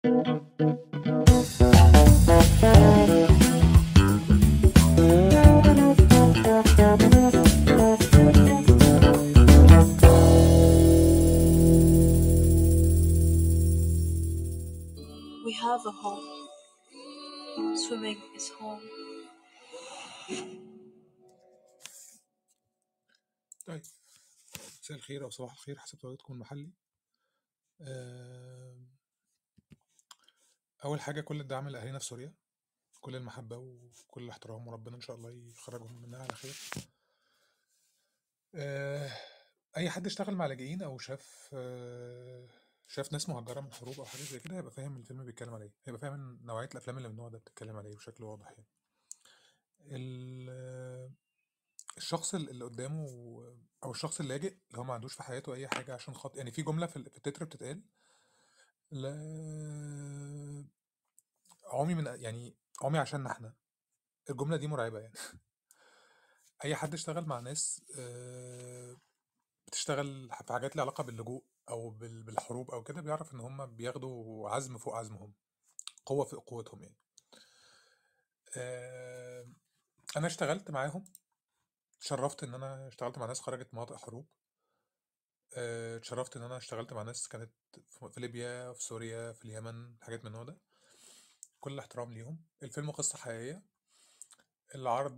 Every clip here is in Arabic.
We have a home. Swimming is home. طيب، مساء الخير أو صباح الخير حسب توقيتكم المحلي. آه، أول حاجة كل الدعم لأهالينا في سوريا، كل المحبة وكل الاحترام، وربنا إن شاء الله يخرجهم منها على خير. أي حد اشتغل مع لاجئين أو شاف ناس مهجرة من حروب أو حاجة زي كده هيبقى فاهم الفيلم بيتكلم على إيه، هيبقى فاهم نوعية الأفلام اللي من النوع ده بتتكلم على إيه بشكل واضح يعني. الشخص اللي قدامه أو الشخص اللاجئ اللي هو ما عندوش في حياته أي حاجة عشان خاطر، يعني في جملة في التتر بتتقال: لا عمي يعني عمي عشان احنا. الجملة دي مرعبة يعني. أي حد اشتغل مع ناس بتشتغل في حاجات ليها علاقة باللجوء أو بالحروب أو كده بيعرف إن هم بياخدوا عزم فوق عزمهم، قوة فوق قوتهم يعني. آه، أنا اشتغلت معاهم، اتشرفت إن أنا اشتغلت مع ناس خرجت مناطق حروب. اتشرفت إن أنا اشتغلت مع ناس كانت في ليبيا، في سوريا، في اليمن، حاجات من النوع ده. كل الاحترام ليهم. الفيلم قصة حقيقية. العرض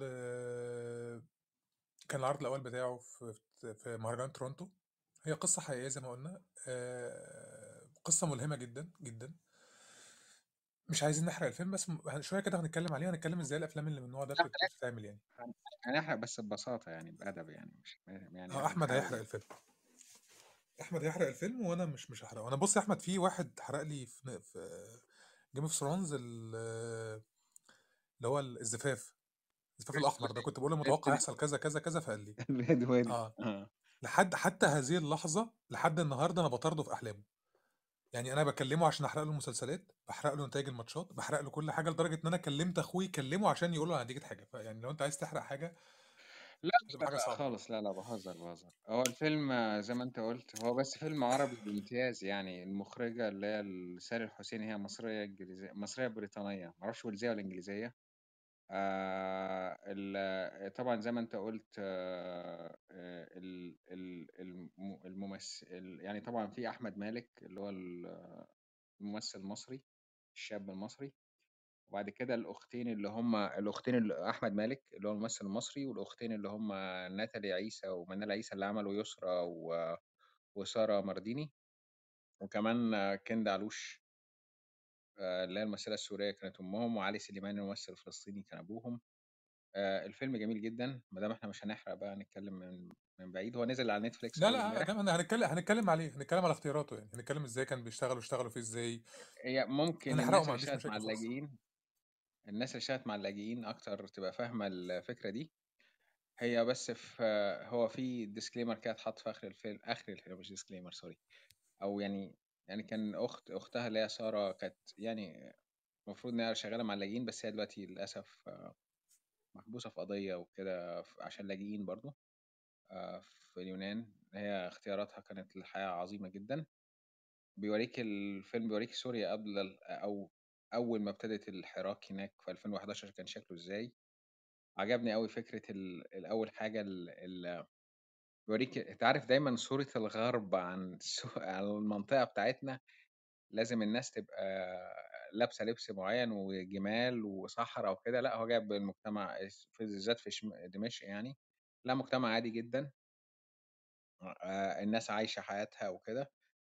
كان العرض الأول بتاعه في مهرجان تورونتو. هي قصة حقيقية زي ما قلنا. قصة ملهمة جدا جدا. مش عايزين نحرق الفيلم، بس شوية كده هنتكلم عليه، هنتكلم ازاي الأفلام اللي من النوع ده بتتعمل يعني. هنحرق بس ببساطة يعني بأدب يعني مش يعني اه، احنا مش أحمد عاوز هيحرق يعني. الفيلم. أحمد هيحرق الفيلم وأنا مش هحرقه. أنا بص يا أحمد، في واحد حرق لي في جيم اوف ثرونز اللي هو الزفاف الأحمر ده. كنت بقول له متوقع يحصل كذا كذا كذا، فقال لي الفيديو اه. حتى هذه اللحظة لحد النهاردة أنا بطارده في أحلامه. يعني انا بكلمه عشان احرق له المسلسلات، بحرق له نتائج الماتشات، بحرق له كل حاجه، لدرجه ان انا كلمت اخوي كلمه عشان يقول له انا نتيجه حاجه. فيعني لو انت عايز تحرق حاجه لا مش هتبقى حاجه هحرق صعبه. خالص، لا بهزر. هو الفيلم زي ما انت قلت هو بس فيلم عربي بامتياز يعني. المخرجة اللي هي ساري الحسيني هي مصرية انجليزية، مصرية بريطانية، معرفش ولزية ولا انجليزية. طبعا زي ما انت قلت الممثل يعني طبعا في احمد مالك اللي هو الممثل المصري، الشاب المصري. وبعد كده الاختين اللي احمد مالك اللي هو الممثل المصري، والاختين اللي هم ناتالي عيسى ومنال عيسى اللي عملوا يسرا وساره مرديني. وكمان كندا علوش اللي هي الممثله السوريه كانت امهم، وعلي سليمان الممثل الفلسطيني كان ابوهم. الفيلم جميل جدا. ما دام احنا مش هنحرق بقى نتكلم من بعيد. هو نزل على نتفليكس لا اول لا، امبارح. كمان هنتكلم عليه، هنتكلم على اختياراته يعني، هنتكلم ازاي كان بيشتغل واشتغلوا فيه ازاي. هي ممكن هنحرقه، الناس ما اللي عنديش اشتغلت مع مشاكل خالص. اللاجئين، الناس اللي اشتغلت مع اللاجئين اكتر تبقى فاهمه الفكره دي. هي بس في هو في ديسكليمر كده اتحط في اخر الفيلم، مش ديسكليمر سوري. او يعني كان اختها اللي هي ساره كانت يعني المفروض انها شغاله مع اللاجئين، بس هي دلوقتي للاسف محبوسه في قضيه وكده عشان لاجئين برضو في اليونان. هي اختياراتها كانت للحياه عظيمه جدا. الفيلم بيوريك سوريا قبل او اول ما ابتدت الحراك هناك في 2011 كان شكله ازاي. عجبني قوي فكره الاول حاجه بيوريك. انت عارف دايما صورة الغرب عن المنطقة بتاعتنا، لازم الناس تبقى لابسة لبس معين وجمال وصحراء وكده. لا هو جايب المجتمع في بالذات في دمشق يعني. لا مجتمع عادي جدا. الناس عايشة حياتها وكده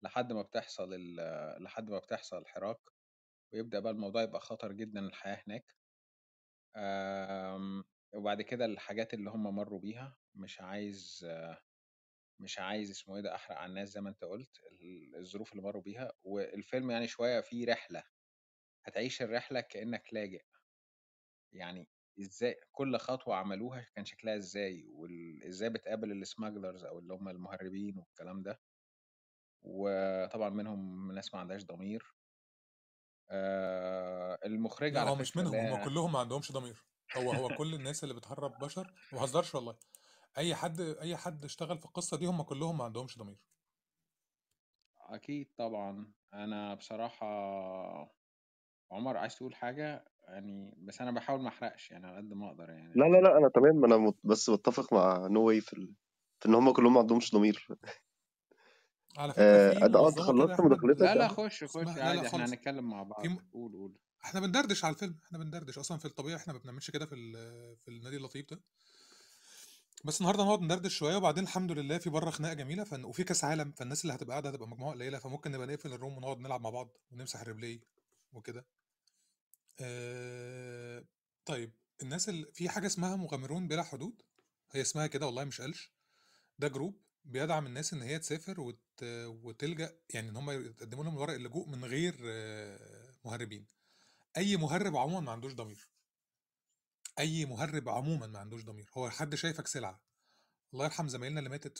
لحد ما بتحصل الحراك، ويبدأ بقى الموضوع يبقى خطر جدا الحياة هناك. وبعد كده الحاجات اللي هم مروا بيها مش عايز اسمه ايه ده احرق على الناس زي ما انت قلت الظروف اللي مروا بيها. والفيلم يعني شويه فيه رحله، هتعيش الرحله كانك لاجئ يعني. ازاي كل خطوه عملوها كان شكلها ازاي، وازاي بتقابل السماجلرز او اللي هم المهربين والكلام ده. وطبعا منهم ناس ما عندهاش ضمير. المخرجة لا، على هو مش فكرة اللي منهم، هم هي كلهم ما عندهمش ضمير. هو كل الناس اللي بتهرب بشر، ما بهزرش والله. اي حد اشتغل في القصه دي هم كلهم ما عندهمش ضمير. اكيد طبعا. انا بصراحة عمر، عايز تقول حاجة يعني؟ بس انا بحاول ما احرقش يعني على قد ما اقدر يعني لا لا لا، انا تمام، انا بس بتفق مع نو واي في ان هم كلهم ما عندهمش ضمير. على فكره في انت منظمه كده يا خلصت احمد مداخلتك لا لا، يا اسمها احمد؟ خش لا لا عادي، احنا خالص. هنتكلم مع في بعض. قول. احنا بندردش على الفيلم، احنا بندردش اصلا في الطبيعي، احنا ما بنعملش كده في النادي اللطيف ده. بس النهارده هنقعد ندردش شويه، وبعدين الحمد لله في بره خناقه جميله وفي كاس عالم، فالناس اللي هتبقى قاعده هتبقى مجموعه قليله، فممكن نبقى نقفل الروم ونقعد نلعب مع بعض ونمسح الريبلاي وكده. آه... طيب، الناس اللي في حاجه اسمها مغامرون بلا حدود، هي اسمها كده والله مش قلش. ده جروب بيدعم الناس ان هي تسافر وتلجأ، يعني ان هم يقدموا لهم ورق اللجوء من غير مهربين. اي مهرب عموما ما عندوش ضمير، اي مهرب عموما ما عندوش ضمير، هو حد شايفك سلعه. الله يرحم زمايلنا اللي ماتت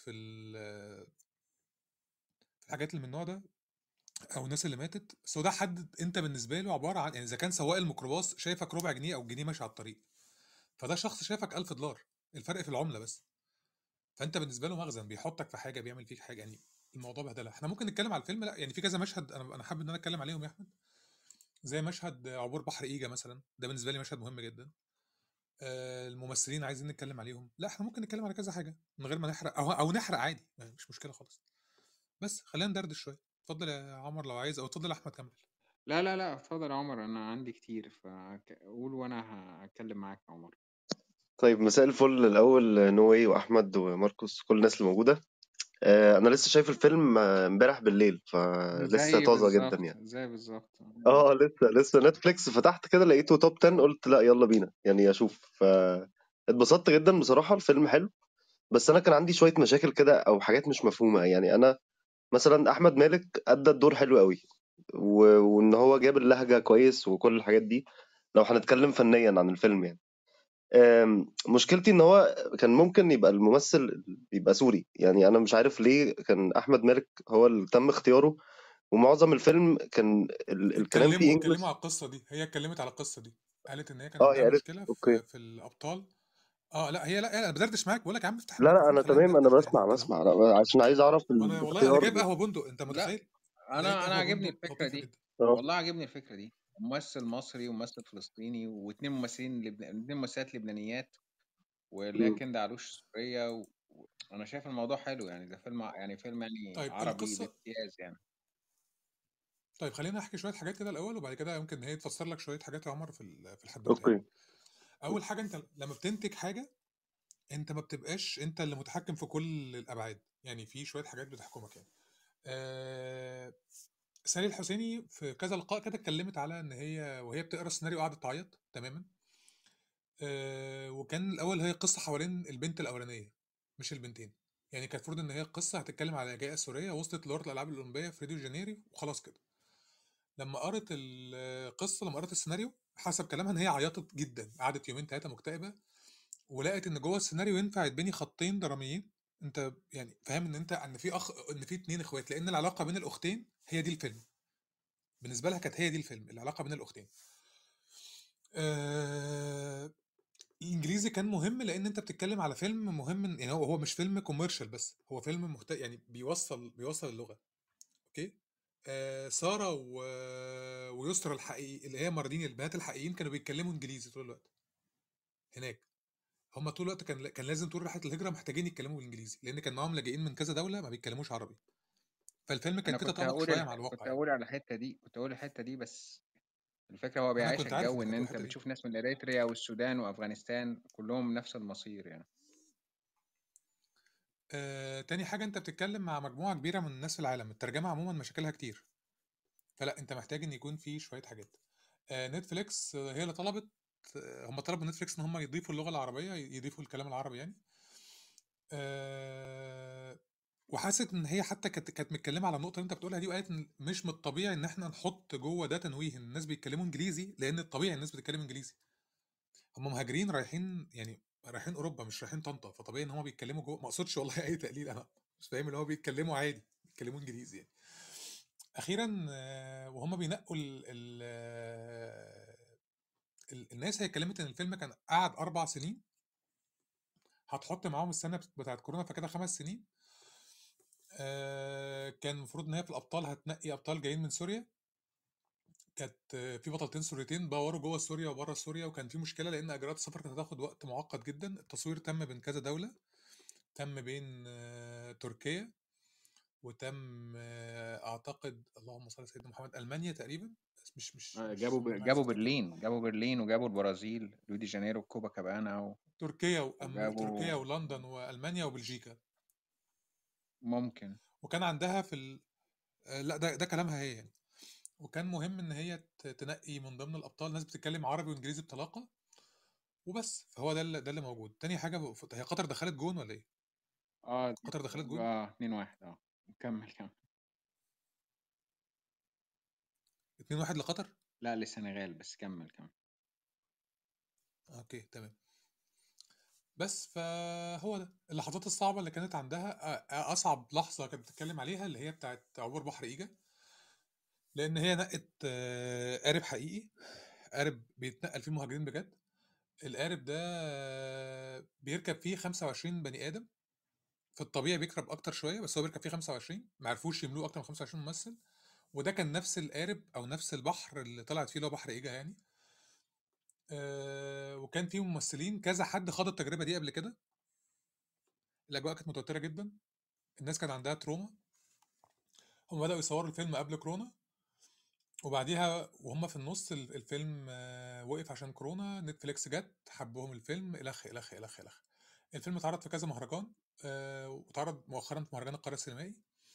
في الحاجات اللي من النوع ده، او الناس اللي ماتت، بس هو ده حد انت بالنسبه له عباره عن، يعني اذا كان سواق الميكروباص شايفك ربع جنيه او جنيه ماشي على الطريق، فده شخص شايفك $1000، الفرق في العمله بس. فانت بالنسبه له مخزن، بيحطك في حاجه، بيعمل فيك حاجه، يعني الموضوع بهدله. احنا ممكن نتكلم على الفيلم، لا يعني في كذا مشهد انا حابب ان انا اتكلم عليهم يا احمد، زي مشهد عبور بحر ايجا مثلا، ده بالنسبه لي مشهد مهم جدا. الممثلين عايزين نتكلم عليهم، لا احنا ممكن نتكلم على كذا حاجه من غير ما نحرق، او نحرق عادي، مش مشكله خالص. بس خلينا ندردش شويه. اتفضل يا عمر لو عايز، او اتفضل يا احمد كمل. لا لا لا، اتفضل يا عمر، انا عندي كتير فقول وانا هتكلم معاك يا عمر. طيب، مساء الفل الاول نو واي واحمد وماركوس، كل الناس اللي موجوده. انا لسه شايف الفيلم امبارح بالليل، فلسه زي طازه جدا بالظبط، يعني. زي بالظبط. لسه نتفليكس فتحت كده لقيته توب 10، قلت لا يلا بينا يعني اشوف. اتبسطت جدا بصراحه، الفيلم حلو. بس انا كان عندي شويه مشاكل كده او حاجات مش مفهومه. يعني انا مثلا احمد مالك ادى الدور حلو قوي، وان هو جاب اللهجه كويس وكل الحاجات دي، لو هنتكلم فنيا عن الفيلم يعني. مشكلتي ان هو كان ممكن يبقى الممثل يبقى سوري. يعني انا مش عارف ليه كان احمد مالك هو اللي تم اختياره، ومعظم الفيلم كان الكلام فيه اتكلموا انجلش. على القصه دي، هي اتكلمت على القصه دي، قالت ان هي كان عندها هي قالت مشكله اوكي. في الابطال. لا هي، لا انا بدردش معاك، بقول لك يا عم افتح لا لا، الميكروفون انا خلينا تمام، انا ندردش بسمع تهدى كده اهو. بسمع أنا عشان عايز اعرف وانا والله انا الاختيار. جايب قهوه بندق، انت لا، متخيل؟ جايب انا قهوه عاجبني بندق الفكره لطيفه دي، جدا. والله عاجبني الفكره دي. ممثل مصري وممثل فلسطيني واتنين ممثلين اتنين ممثلات لبنانيات، واللي هي مم. كندا علوش سوريه انا شايف الموضوع حلو يعني. ده فيلم يعني فيلم يعني طيب عربي القصه، بامتياز يعني. طيب خلينا احكي شويه حاجات كده الاول، وبعد كده يمكن هي تفسر لك شويه حاجات يا عمر في الحدوته يعني. اوكي. اول حاجه، انت لما بتنتج حاجه انت ما بتبقاش انت اللي متحكم في كل الابعاد، يعني في شويه حاجات بتحكمك يعني. سالي الحسيني في كذا لقاء كده اتكلمت على ان هي وهي بتقرا السيناريو قعدت تعيط تماما. وكان الاول هي قصه حوالين البنت الاولانيه مش البنتين، يعني كانت المفروض ان هي قصه هتتكلم على جائزه سوريه وصلت لدورة الالعاب الاولمبيه في ريو دي جانيرو وخلاص كده. لما قرت القصه، لما قرت السيناريو حسب كلامها ان هي عيطت جدا، قعدت يومين ثلاثه مكتئبه، ولقت ان جوه السيناريو ينفع يتبني خطين دراميين. انت يعني فاهم ان انت ان في ان في اتنين اخوات، لان العلاقه بين الاختين هي دي الفيلم. بالنسبه لها كانت هي دي الفيلم، العلاقه بين الاختين. آه... الانجليزي كان مهم لان انت بتتكلم على فيلم مهم، يعني هو مش فيلم كوميرشال بس، هو فيلم يعني بيوصل اللغه. اوكي. ساره ويسرا الحقيقي اللي هي ماردين، البنات الحقيقيين كانوا بيتكلموا انجليزي طول الوقت هناك. هم طول الوقت كان لازم طول رحله الهجره محتاجين يتكلموا بالانجليزي، لان كان معاهم لاجئين من كذا دوله ما بيتكلموش عربي. فالفيلم كان انا فيه تطابق شويه مع الواقع كنت يعني. هقول على الحته دي، بس الفكره هو انا بيعيشك كنت عارف جو انك ان هتقول انت الحته دي. بتشوف ناس من اريتريا والسودان وافغانستان كلهم نفس المصير يعني. تاني حاجه، انت بتتكلم مع مجموعه كبيره من الناس في العالم، الترجمه عموما مشاكلها كتير، فلا انت محتاج ان يكون في شويه حاجات. نتفليكس هي اللي طلبت، هم طلبوا نتفليكس ان هم يضيفوا اللغه العربيه، يضيفوا الكلام العربي يعني. وحست ان هي حتى كانت متكلمه على النقطه اللي انت بتقولها دي، وقالت ان مش من الطبيعي ان احنا نحط جوه ده تنويه ان الناس بيتكلموا انجليزي، لان الطبيعي الناس بتتكلم انجليزي. هم مهاجرين رايحين، يعني رايحين اوروبا مش رايحين طنطا، فطبيعي ان هم بيتكلموا جوه، ما اقصدش والله اي تقليل، انا مش فاهم اللي هو بيتكلموا عادي، بيتكلموا انجليزي يعني. اخيرا وهم بينقوا الناس، هي اتكلمت ان الفيلم كان قعد 4 سنين، هتحط معاهم السنه بتاعت كورونا فكده 5 سنين. كان المفروض ان هي في الابطال هتنقي ابطال جايين من سوريا. كانت في بطلتين سوريتين بوروا جوه سوريا وبره سوريا، وكان في مشكله لان اجراءات السفر كانت هتاخد وقت معقد جدا. التصوير تم بين كذا دوله، تم بين تركيا، وتم اعتقد اللهم صل على سيدنا محمد المانيا تقريبا، بس مش انا عايز جابوا افتكر. برلين وجابوا البرازيل، ريو دي جانيرو، كوبا كابانا، تركيا وجابوا تركيا ولندن والمانيا وبلجيكا. ممكن. وكان عندها في لا ده كلامها هي يعني. وكان مهم ان هي تنقي من ضمن الابطال ناس بتتكلم عربي وانجليزي بطلاقه وبس. فهو ده اللي موجود. تاني حاجه هي قطر دخلت جون ولا ايه؟ اه قطر دخلت جون. 2-1. كمل. 2-1 لقطر. لا للسنغال، بس كمل. اوكي تمام. بس فهو ده اللحظات الصعبه اللي كانت عندها. اصعب لحظه كانت بتتكلم عليها اللي هي بتاعت عبور بحر ايجا، لان هي نقت قارب حقيقي، قارب بيتنقل فيه مهاجرين بجد. القارب ده بيركب فيه 25 بني ادم. في الطبيعي بيكرب اكتر شويه، بس هو بيركب فيه 25، ما عرفوش يملوه اكتر من 25 ممثل. وده كان نفس القارب او نفس البحر اللي طلعت فيه اللي هو بحر ايجا يعني. وكان فيه ممثلين كذا حد خاض التجربه دي قبل كده. الاجواء كانت متوتره جدا، الناس كان عندها تروما. هم بداوا يصوروا الفيلم قبل كورونا، وبعديها وهم في النص الفيلم وقف عشان كورونا. نتفليكس جت حبهم الفيلم الخ الخ الخ الخ. الفيلم اتعرض في كذا مهرجان، واتعرض مؤخرا في مهرجان القاهره السينمائي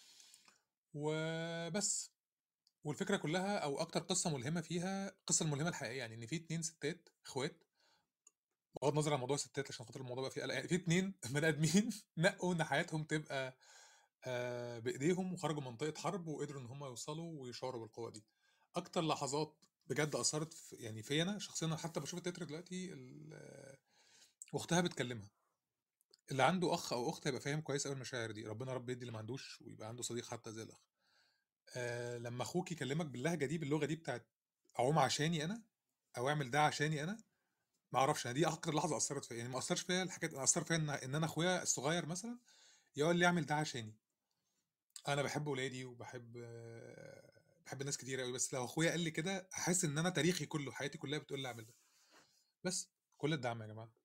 وبس. والفكره كلها او اكتر قصه ملهمه فيها، القصه الملهمه الحقيقيه يعني، ان في اتنين ستات اخوات، بغض النظر عن موضوع الستات عشان خاطر الموضوع بقى فيه قلق يعني، في اتنين بني ادمين نقوا ان حياتهم تبقى بايديهم، وخرجوا من منطقه حرب وقدروا ان هم يوصلوا ويشعروا بالقوه دي. اكتر لحظات بجد اثرت في يعني في انا شخصيا. أنا حتى بشوف التتر دلوقتي واختها بتكلمها. اللي عنده اخ او اخت هيبقى فاهم كويس قوي المشاعر دي. ربنا رب يدي اللي ما عندوش ويبقى عنده صديق حتى زي الاخ. لما اخوك يكلمك باللهجه دي، باللغه دي بتاعت اعوم عشاني انا، او اعمل ده عشاني انا. ما اعرفش انا دي اكتر لحظه اثرت فيا يعني. ما اثرش فيا الحاجات، اثر فيا ان انا اخويا الصغير مثلا يقول لي اعمل ده عشاني. انا بحب ولادي وبحب بحب ناس كتير قوي، بس لو اخويا قال لي كده احس ان انا تاريخي كله حياتي كلها بتقول لي اعمل ده. بس كل الدعم يا جماعه.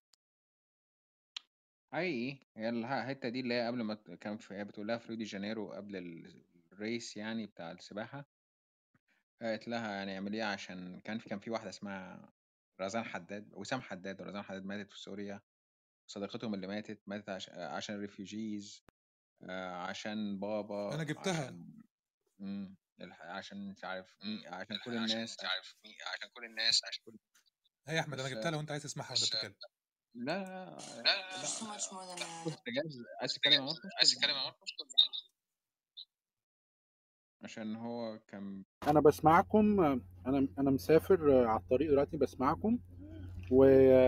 حقيقي هي الحتة دي اللي هي قبل ما كان هي بتقول لها في ريو دي جانيرو قبل الريس يعني بتاع السباحة. قالت لها يعني اعمليها عشان كان في واحدة اسمها رزان حداد، وسام حداد ورزان حداد ماتت في سوريا. صديقتهم اللي ماتت عشان الريفيوجيز، عشان انا بابا، جبتها. عشان مش عارف مين، عشان كل الناس، كل- هي احمد انا بس جبتها لو انت عايز تسمعها وانت بتتكلم. لا لا It's too much more than كنت جاهز. عايز تتكلم عن مرقس عشان هو كان انا بسمعكم. انا مسافر على الطريق دلوقتي بسمعكم و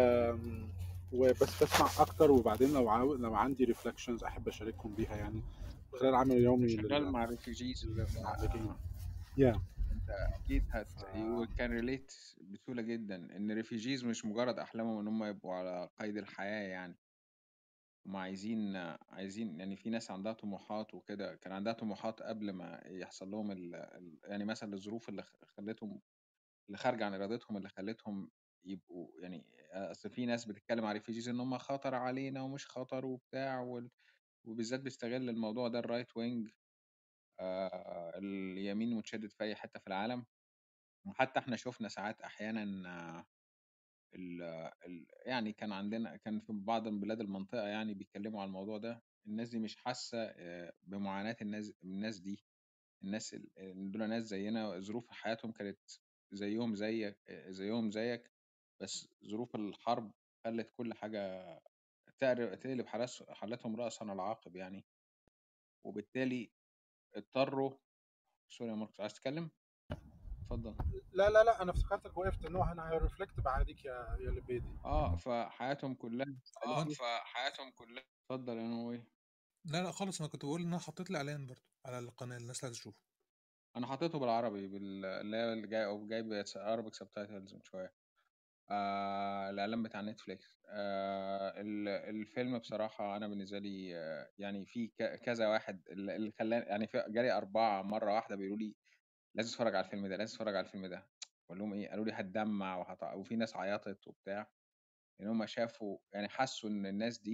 وبس بسمع اكتر، وبعدين لو عندي ريفلكشنز احب اشارككم بيها يعني خلال العمل اليومي شغال مع الريفيوجيز. للمعالجين. يا انت اكيد ف... كان ريليت بسهوله جدا ان الريفيوجيز مش مجرد احلامهم ان هم يبقوا على قيد الحياه يعني. هم عايزين يعني، في ناس عندها طموحات وكده، كان عندها طموحات قبل ما يحصل لهم يعني مثلا الظروف اللي خلتهم، اللي خارجه عن ارادتهم، اللي خلتهم يبقوا يعني. اصل في ناس بتتكلم على ريفيوجيز ان هم خطر علينا ومش خطر وبتاع وبالذات بيستغل الموضوع ده الرايت وينج، اليمين متشدد في اي حته في العالم. وحتى احنا شفنا ساعات احيانا يعني كان في بعض من بلاد المنطقه يعني بيتكلموا على الموضوع ده. الناس دي مش حاسه بمعاناه الناس دي. الناس دول ناس زينا، ظروف حياتهم كانت زيهم زيك، بس ظروف الحرب خلت كل حاجه تقلب حالاتهم رأسا على عقب يعني. وبالتالي اضطروا. سوري يا ماركوس، عايز تتكلم؟ اتفضل. لا انا افتكرتك وقفت انه انا هرفلكت بعديك يا لبيدي. فحياتهم كلها هو انت اتفضل يا نوي. لا خالص، انا كنت بقول ان انا حطيت الاعلان برضو على القناه، الناس اللي عايزه تشوفه. انا حطيته بالعربي اللي هي اللي جاي او جايب عربي سبتايتلز من شويه. الإعلان بتاع نتفليكس. الفيلم بصراحة أنا بالنسبة لي يعني في كذا واحد اللي خلاني يعني جالي 4 مرة واحدة بيقولوا لي لازم تتفرج على الفيلم ده، لازم تتفرج على الفيلم ده. بقول لهم إيه؟ قالوا لي هتدمع وفي ناس عيطت وبتاع، إن هم شافوا يعني حسوا إن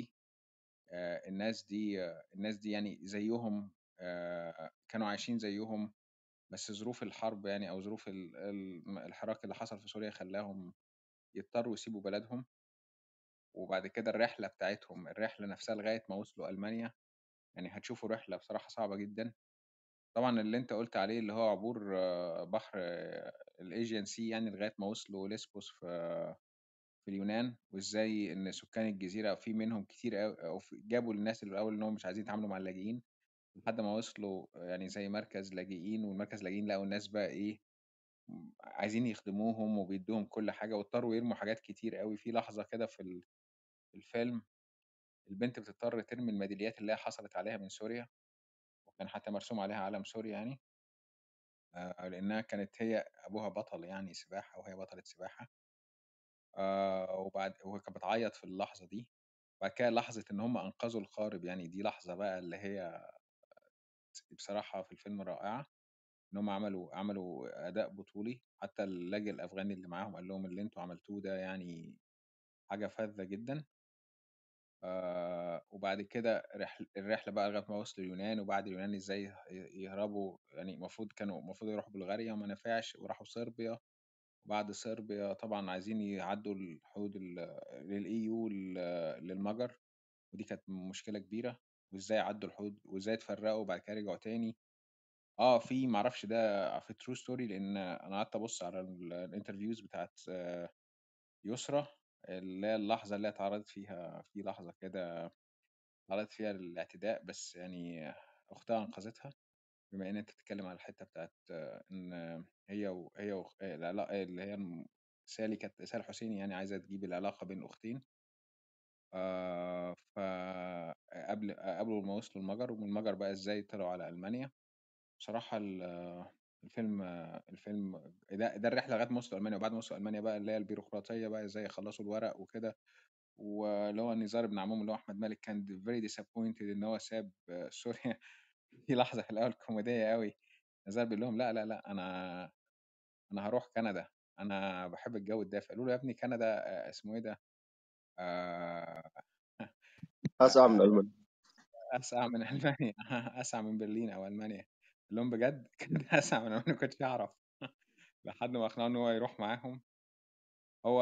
الناس دي يعني زيهم، كانوا عايشين زيهم، بس ظروف الحرب يعني أو ظروف الحراك اللي حصل في سوريا خلاهم يضطروا يسيبوا بلدهم. وبعد كده الرحلة بتاعتهم، الرحلة نفسها لغاية ما وصلوا ألمانيا، يعني هتشوفوا رحلة بصراحة صعبة جدا. طبعا اللي انت قلت عليه اللي هو عبور بحر الايجيان سي، يعني لغاية ما وصلوا ليسبوس في اليونان، وازاي ان سكان الجزيرة في منهم كتير قوي، او جابوا الناس اللي الاول انهم مش عايزين يتعاملوا مع اللاجئين، لحد ما وصلوا يعني زي مركز لاجئين، والمركز لاجئين لقوا الناس بقى ايه، عايزين يخدموهم وبيدوهم كل حاجة، واضطروا يرموا حاجات كتير قوي. في لحظة كده في الفيلم البنت بتضطر ترمي الميداليات اللي هي حصلت عليها من سوريا، وكان حتى مرسوم عليها علم سوريا يعني، لأنها كانت هي أبوها بطل يعني سباحة وهي بطلة سباحة. وهي كانت بتعيط في اللحظة دي. وبعد كده لحظة إن هم أنقذوا القارب، يعني دي لحظة بقى اللي هي بصراحة في الفيلم رائعة. إن هم عملوا أداء بطولي، حتى اللاجئ الأفغاني اللي معاهم قال لهم اللي أنتوا عملتوه ده يعني حاجة فذة جدا. وبعد كده الرحلة بقى لغاية ما وصلوا اليونان، وبعد اليونان ازاي يهربوا، يعني كانوا المفروض يروحوا بلغاريا وما نفعش، وراحوا صربيا. وبعد صربيا طبعا عايزين يعدوا الحدود للإيو للمجر، ودي كانت مشكلة كبيرة. وازاي عدوا الحدود وازاي اتفرقوا وبعد كده رجعوا تاني. في معرفش ده في ترو ستوري، لان انا قعدت ابص على الانترفيوز بتاعت يسرا، اللي هي اللحظة اللي اتعرضت فيها، في لحظة كده تعرضت فيها الاعتداء، بس يعني أختها أنقذتها. بما إن أنت بتتكلم على الحتة بتاعت إن العلاقة اللي هي سالي، كانت سالي حسيني يعني عايزة تجيب العلاقة بين الأختين. قبل ما وصلوا المجر، ومن المجر بقى إزاي طلعوا على ألمانيا. بصراحة الفيلم الفيلم ده الرحلة لغاية ما وصلوا ألمانيا. وبعد ما وصلوا ألمانيا بقى اللي هي البيروقراطية بقى إزاي يخلصوا الورق وكده. واللي هو نزار بن عموم اللي هو احمد مالك كان فيري ديسابوينتد ان هو ساب سوريا. في لحظه في الاول كوميديه قوي، نزار بيقول لهم لا لا لا، انا هروح كندا، انا بحب الجو الدافئ. قالوا له يا ابني كندا اسمه ايه ده، آه، اسقع من آه، المانيا. اسقع من المانيا. اسقع من برلين او المانيا. قال لهم بجد كندا اسقع من المانيا؟ ما كنتش اعرف. لحد ما اقنعه ان هو يروح معاهم. هو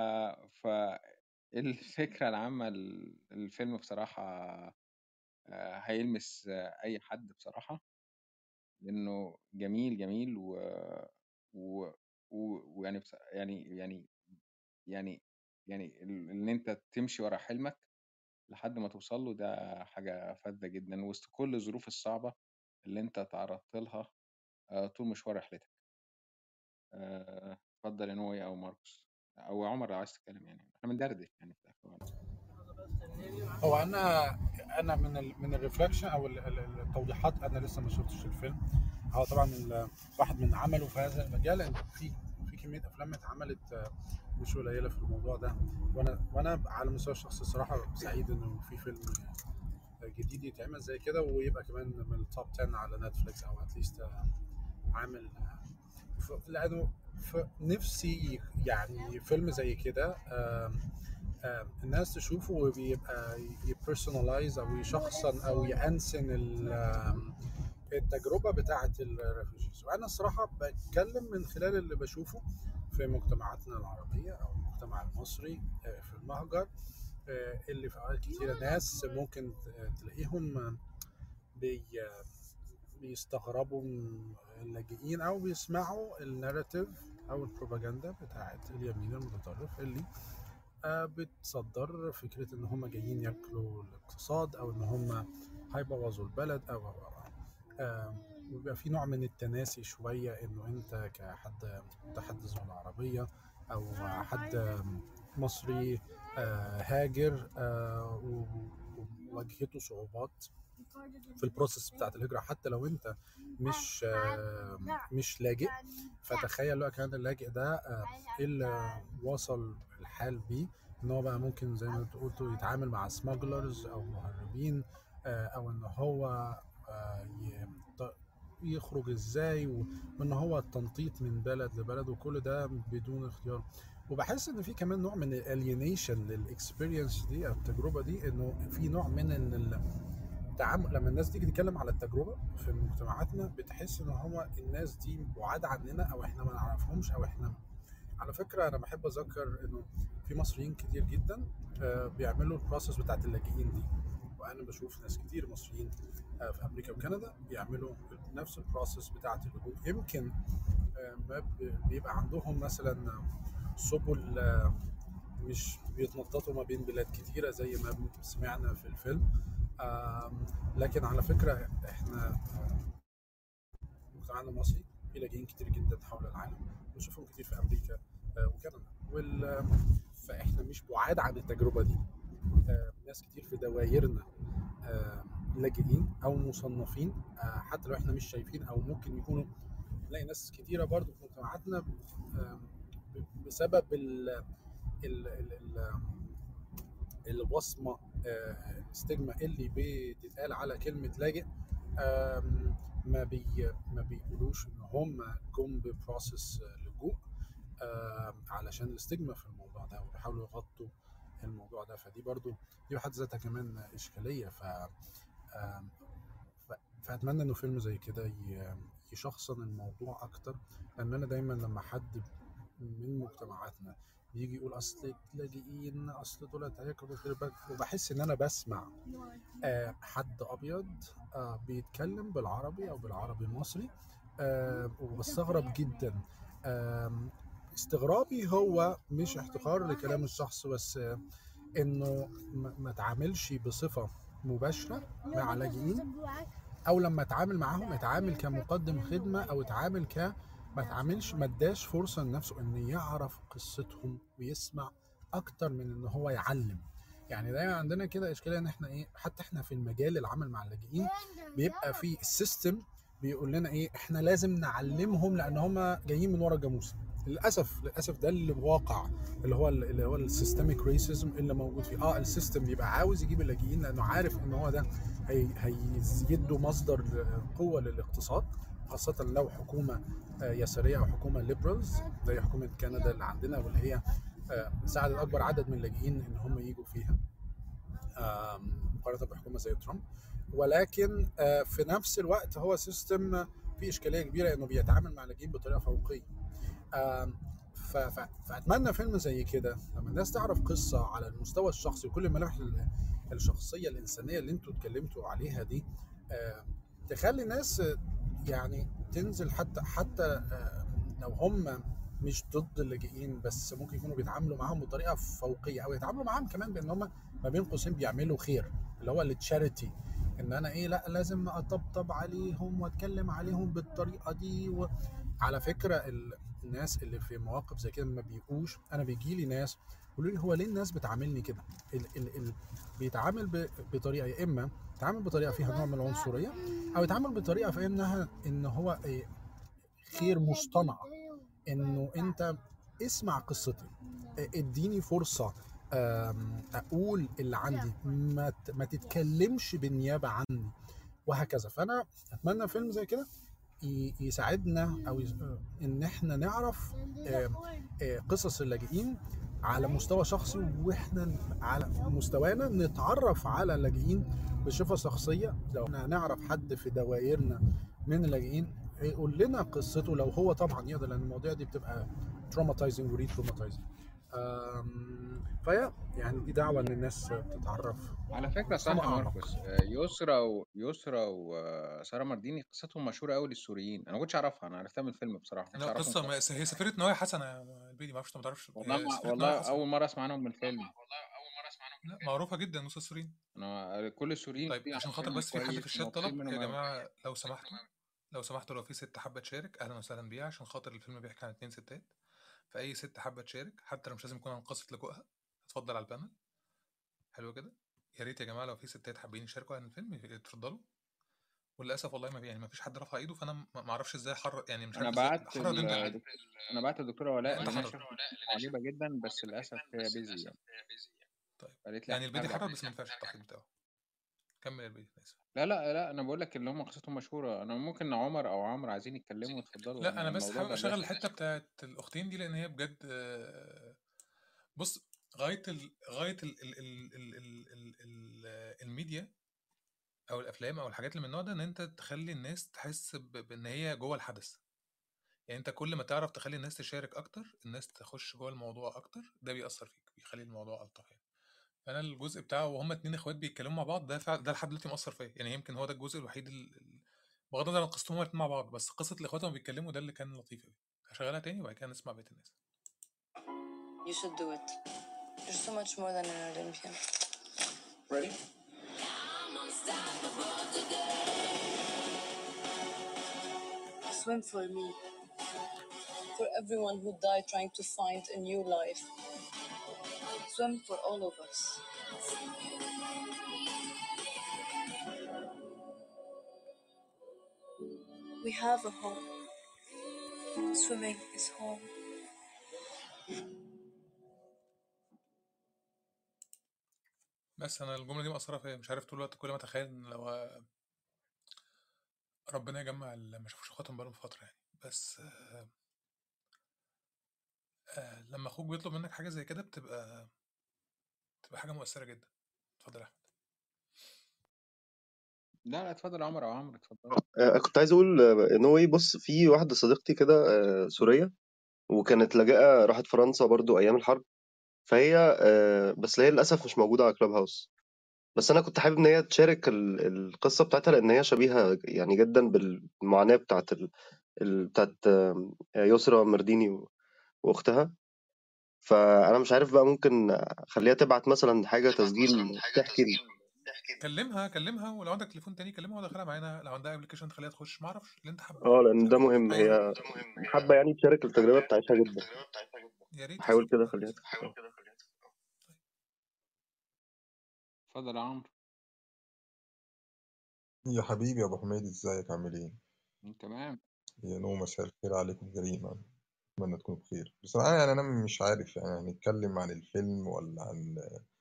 فالفكره العامه الفيلم بصراحه هيلمس اي حد بصراحه، لانه جميل جميل و... ويعني يعني ان انت تمشي ورا حلمك لحد ما توصل له، ده حاجه فذه جدا وسط كل الظروف الصعبه اللي انت تعرضت لها طول مشوار رحلتك. اتفضل يا نوي او ماركوس او عمر لو عايز تتكلم، يعني احنا بندردش يعني في الآخر. هو انا من الريفلكشن او التوضيحات، انا لسه ما شفتش الفيلم. هو طبعا واحد من عمله في هذا المجال، ان في كميه افلام اتعملت مش قليله في الموضوع ده. وانا على المستوى الشخصي الصراحه سعيد انه في فيلم جديد يتعمل زي كده، ويبقى كمان من التوب 10 على نتفليكس، او اتليست عامل لانه نفسي يعني فيلم زي كده الناس تشوفه وبيبقى يبرسونلايز او يشخصن او يأنسن التجربه بتاعه الريفوجيز. وانا الصراحه بتكلم من خلال اللي بشوفه في مجتمعاتنا العربيه او المجتمع المصري في المهجر، اللي في اوقات كتيره ناس ممكن تلاقيهم بيستغربوا من اللاجئين او بيسمعوا الناراتيف او البروباجندا بتاعت اليمين المتطرف اللي بتصدر فكرة ان هم جايين ياكلوا الاقتصاد، او ان هم هيبوظوا البلد او ويبقى في نوع من التناسي شوية، انه انت كحد متحدث لغة عربية او حد مصري هاجر وواجهته صعوبات في البروسيس بتاعت الهجرة، حتى لو انت مش لاجئ. فتخيل لو كان اللاجئ ده ايه اللي وصل الحال بيه، ان هو بقى ممكن زي ما قلتوا يتعامل مع سماجلرز او مهربين، او ان هو يخرج ازاي، وان هو التنطيط من بلد لبلد، وكل ده بدون اختيار. وبحس ان في كمان نوع من الالينيشن للاكسبيرينس دي او التجربه دي، انه في نوع من ان التعامل لما الناس تيجي تتكلم على التجربه في مجتمعاتنا، بتحس ان هو الناس دي بعاد عننا، او احنا ما نعرفهمش، او احنا. على فكره انا بحب اذكر انه في مصريين كتير جدا بيعملوا البروسيس بتاعت اللاجئين دي، وانا بشوف ناس كتير مصريين في امريكا وكندا بيعملوا نفس البروسيس بتاعت اللجوء. يمكن ما بيبقى عندهم مثلا سبل مش بيتنططوا ما بين بلاد كتيرة زي ما سمعنا في الفيلم، لكن على فكرة احنا مجتمعنا المصري في لاجئين كتير جدا حول العالم، بنشوفهم كتير في امريكا وكندا، فاحنا مش بعاد عن التجربة دي. ناس كتير في دوايرنا لاجئين او مصنفين، حتى لو احنا مش شايفين، او ممكن يكونوا نلاقي ناس كتيرة برضو في مجتمعاتنا بسبب الوصمة الستيجما اللي بتتقال على كلمة لاجئ، ما بيقولوش ان هم جم ببروسيس لجوء علشان الستيجما في الموضوع ده، وبيحاولوا يغطوا الموضوع ده. فدي برضو دي بحد ذاتها كمان إشكالية. فأتمنى إنه فيلم زي كده يشخصن الموضوع أكتر، لأن أنا دايما لما حد من مجتمعاتنا بيجي يقول أصل لاجئين، أصل دول هياكلوا الغربة، وبحس إن أنا بسمع حد أبيض بيتكلم بالعربي أو بالعربي المصري، وبستغرب جدا. استغرابي هو مش احتقار لكلام الشخص، بس انه ما تعاملش بصفة مباشرة مع لاجئين، او لما اتعامل معاهم اتعامل كمقدم خدمة، او اتعامل ما اتعاملش، ما اداش فرصة لنفسه ان يعرف قصتهم ويسمع اكتر من ان هو يعلم. يعني دايما عندنا كده اشكاليه ان احنا حتى احنا في المجال العمل مع اللاجئين بيبقى في السيستم بيقول لنا احنا لازم نعلمهم لان هم جايين من ورا الجاموسه. للاسف ده اللي بواقع اللي هو السيستميك ريسيزم اللي موجود فيه. السيستم بيبقى عاوز يجيب اللاجئين لانه عارف ان هو ده هيزيده مصدر قوه للاقتصاد، خاصه لو حكومه يساريه او حكومه ليبرالز زي حكومه كندا اللي عندنا، واللي هي ساعدت اكبر عدد من اللاجئين ان هم يجوا فيها مقارنه بحكومه زي ترامب. ولكن في نفس الوقت هو سيستم فيه اشكاليه كبيره انه بيتعامل مع اللاجئين بطريقه فوقيه. فاتمنى فيلم زي كده لما الناس تعرف قصه على المستوى الشخصي وكل الملامح الشخصيه الانسانيه اللي انتوا اتكلمتوا عليها دي، تخلي الناس يعني تنزل حتى لو هم مش ضد اللاجئين، بس ممكن يكونوا بيتعاملوا معاهم بطريقه فوقيه، او يتعاملوا معاهم كمان بان هم ما بين قوسين بيعملوا خير، اللي هو التشاريتي، ان انا لا لازم اطبطب عليهم واتكلم عليهم بالطريقه دي. على فكره الناس اللي في مواقف زي كده ما بيجوش، انا بيجي لي ناس يقولوا لي هو ليه الناس بتعاملني كده؟ بيتعامل بطريقه، يا اما يتعامل بطريقه فيها نوع من العنصريه، او يتعامل بطريقه في ان هو خير مصطنع، انه انت اسمع قصتي، اديني فرصه اقول اللي عندي، ما تتكلمش بالنيابه عني، وهكذا. فانا اتمنى فيلم زي كده يساعدنا او ان احنا نعرف قصص اللاجئين على مستوى شخصي، واحنا على مستوانا نتعرف على اللاجئين بصفه شخصيه. لو احنا نعرف حد في دوائرنا من اللاجئين يقول لنا قصته، لو هو طبعا يقدر، لان المواضيع دي بتبقى تروماتايزنج وري تروماتايزنج. يعني دي دعوه ان الناس تتعرف. على فكره صح يا ماركوس، يسرا وساره مارديني قصتهم مشهوره قوي للسوريين. انا ما كنتش اعرفها، انا عرفتها من الفيلم بصراحه. لا قصه هي سفيره نوايا حسنه البيدي، ما اعرفش، ما تعرفش. والله اول مره اسمع عنهم من الفيلم. لا معروفه جدا نص السوريين. انا كل السوريين. طيب عشان خاطر بس في حد في الشات طلب يا جماعه لو سمحتوا لو في ست حابه تشارك اهلا وسهلا بيها، عشان خاطر الفيلم بيحكي عن 2 ستات، فاي ست حابه تشارك حتى لو مش لازم يكون عن قصه لجوءها اتفضل على البانل. حلو كده. يا ريت يا جماعه لو في ستات حابين يشاركوا عن الفيلم اتفضلوا. وللاسف والله ما في، يعني ما فيش حد رفع ايده، فانا ما اعرفش ازاي يعني مش انا عارف ازاي بعت حرر انت. انا بعت الدكتوره ولاء لا انت لانها حرر. شافت عجيبه جدا، بس للاسف هي بيزي يعني. طيب قالت لي يعني البيدي هرجع. حرر بس ما ينفعش التحقيق بتاعه. كمل يا البيدي، انا اسف. لا انا بقول لك اللي هم قصتهم مشهوره. انا ممكن عمر او عمرو عايزين يتكلموا اتفضلوا. لا انا بس الموضوع حابب ده اشغل دسم. الحته بتاعت الاختين دي لان هي بجد بص، غايه الميديا او الافلام او الحاجات اللي من النوع ده ان انت تخلي الناس تحس بان هي جوه الحدث. يعني انت كل ما تعرف تخلي الناس تشارك اكتر، الناس تخش جوه الموضوع اكتر، ده بيأثر فيك، بيخلي الموضوع الطف يعني. فانا الجزء بتاعه وهما اتنين اخوات بيتكلموا مع بعض، ده لحد دلوقتي مأثر فيا يعني. يمكن هو ده الجزء الوحيد بغض النظر عن قصتهم هما الاتنين مع بعض، بس قصة الاخوات وهما بيتكلموا ده اللي كان لطيف قوي. هشغلها تاني وبعد كده نسمع بقية الناس. You should do it. You're so much more than an Olympian. Ready? Swim for me. For everyone who died trying to find a new life. Swim for all of us. We have a home. Swimming is home. بس انا الجملة دي مأثرة فيا، مش عارف طول الوقت كل ما اتخيل ان لو ربنا يجمع اللي ما شافوش اخواتهم بقالهم فترة يعني. بس لما اخوك بيطلب منك حاجة زي كده بتبقى حاجة مؤثرة جدا. اتفضل يا احمد. لا اتفضل عمر او عمرو اتفضل. كنت عايز اقول ان هو ايه، بص، في واحده صديقتي كده سوريه، وكانت لاجئه راحت فرنسا برضو ايام الحرب. فهي بس هي للاسف مش موجوده على كلاب هاوس. بس انا كنت حابب ان هي تشارك القصه بتاعتها، لان هي شبيهه يعني جدا بالمعاناه بتاعت بتاعت يسرا مرديني واختها. فانا مش عارف بقى، ممكن اخليها تبعت مثلا حاجه تسجيل تحكي كلمها ولو عندك تليفون تاني كلمها ودخلها معانا، لو عندها ابلكيشن تخليها تخش، ما اعرفش اللي انت حابه. لان ده مهم. هي حابه يعني تشارك التجربه بتاعتها جدا. يا ريت حاول كده اتفضل. خليها اتفضل يا عمرو. يا حبيبي يا ابو حميد، ازيك؟ عامل ايه؟ تمام. يا نو، مساء الخير عليكم جميعا، اتمنى تكونوا بخير. بصراحه يعني انا مش عارف يعني هنتكلم عن الفيلم ولا عن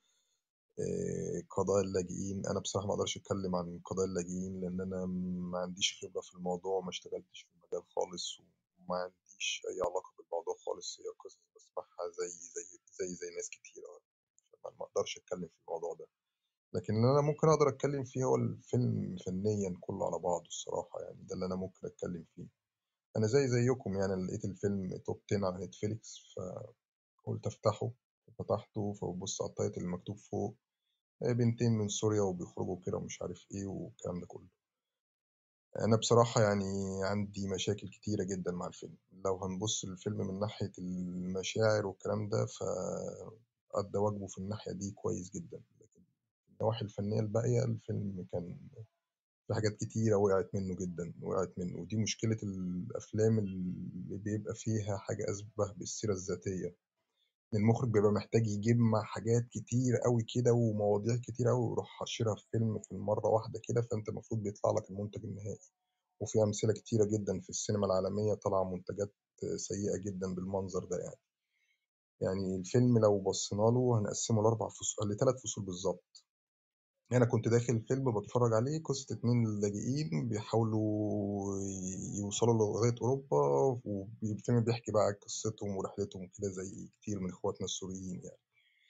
قضايا اللاجئين. انا بصراحه ما اقدرش اتكلم عن قضايا اللاجئين لان انا ما عنديش خبره في الموضوع وما اشتغلتش في المجال خالص، وما عنديش اي علاقه بالموضوع خالص. هي قصص بسمعها زي ناس كتير، ما اقدرش اتكلم في الموضوع ده. لكن اللي انا ممكن اقدر اتكلم فيه هو الفيلم فنيا كله على بعضه الصراحه، يعني ده اللي انا ممكن اتكلم فيه. انا زيكم يعني، أنا لقيت الفيلم توب 10 على نتفليكس فقلت افتحه. فتحته فببص على التايتل المكتوب فوق، بنتين من سوريا وبيخرجوا كده ومش عارف ايه والكلام ده كله. انا بصراحه يعني عندي مشاكل كتيره جدا مع الفيلم. لو هنبص للفيلم من ناحيه المشاعر والكلام ده فأدى واجبه في الناحيه دي كويس جدا، لكن النواحي الفنيه الباقيه الفيلم كان في حاجات كتيرة وقعت منه جدا، ودي مشكلة الأفلام اللي بيبقى فيها حاجة أشبه بالسيرة الذاتية. المخرج بيبقى محتاج يجمع حاجات كتير قوي كده ومواضيع كتير قوي ويروح حاشرها في فيلم في المرة واحدة كده، فأنت المفروض بيطلع لك المنتج النهائي. وفي أمثلة كتيرة جدا في السينما العالمية طالعة منتجات سيئة جدا بالمنظر ده يعني الفيلم لو بصينا له هنقسمه لثلاث فصول بالظبط. أنا كنت داخل الفيلم بتفرج عليه قصة 2 لاجئين بيحاولوا يوصلوا لغاية أوروبا، والفيلم بيحكي بقى قصتهم ورحلتهم كده زي كتير من إخواتنا السوريين يعني.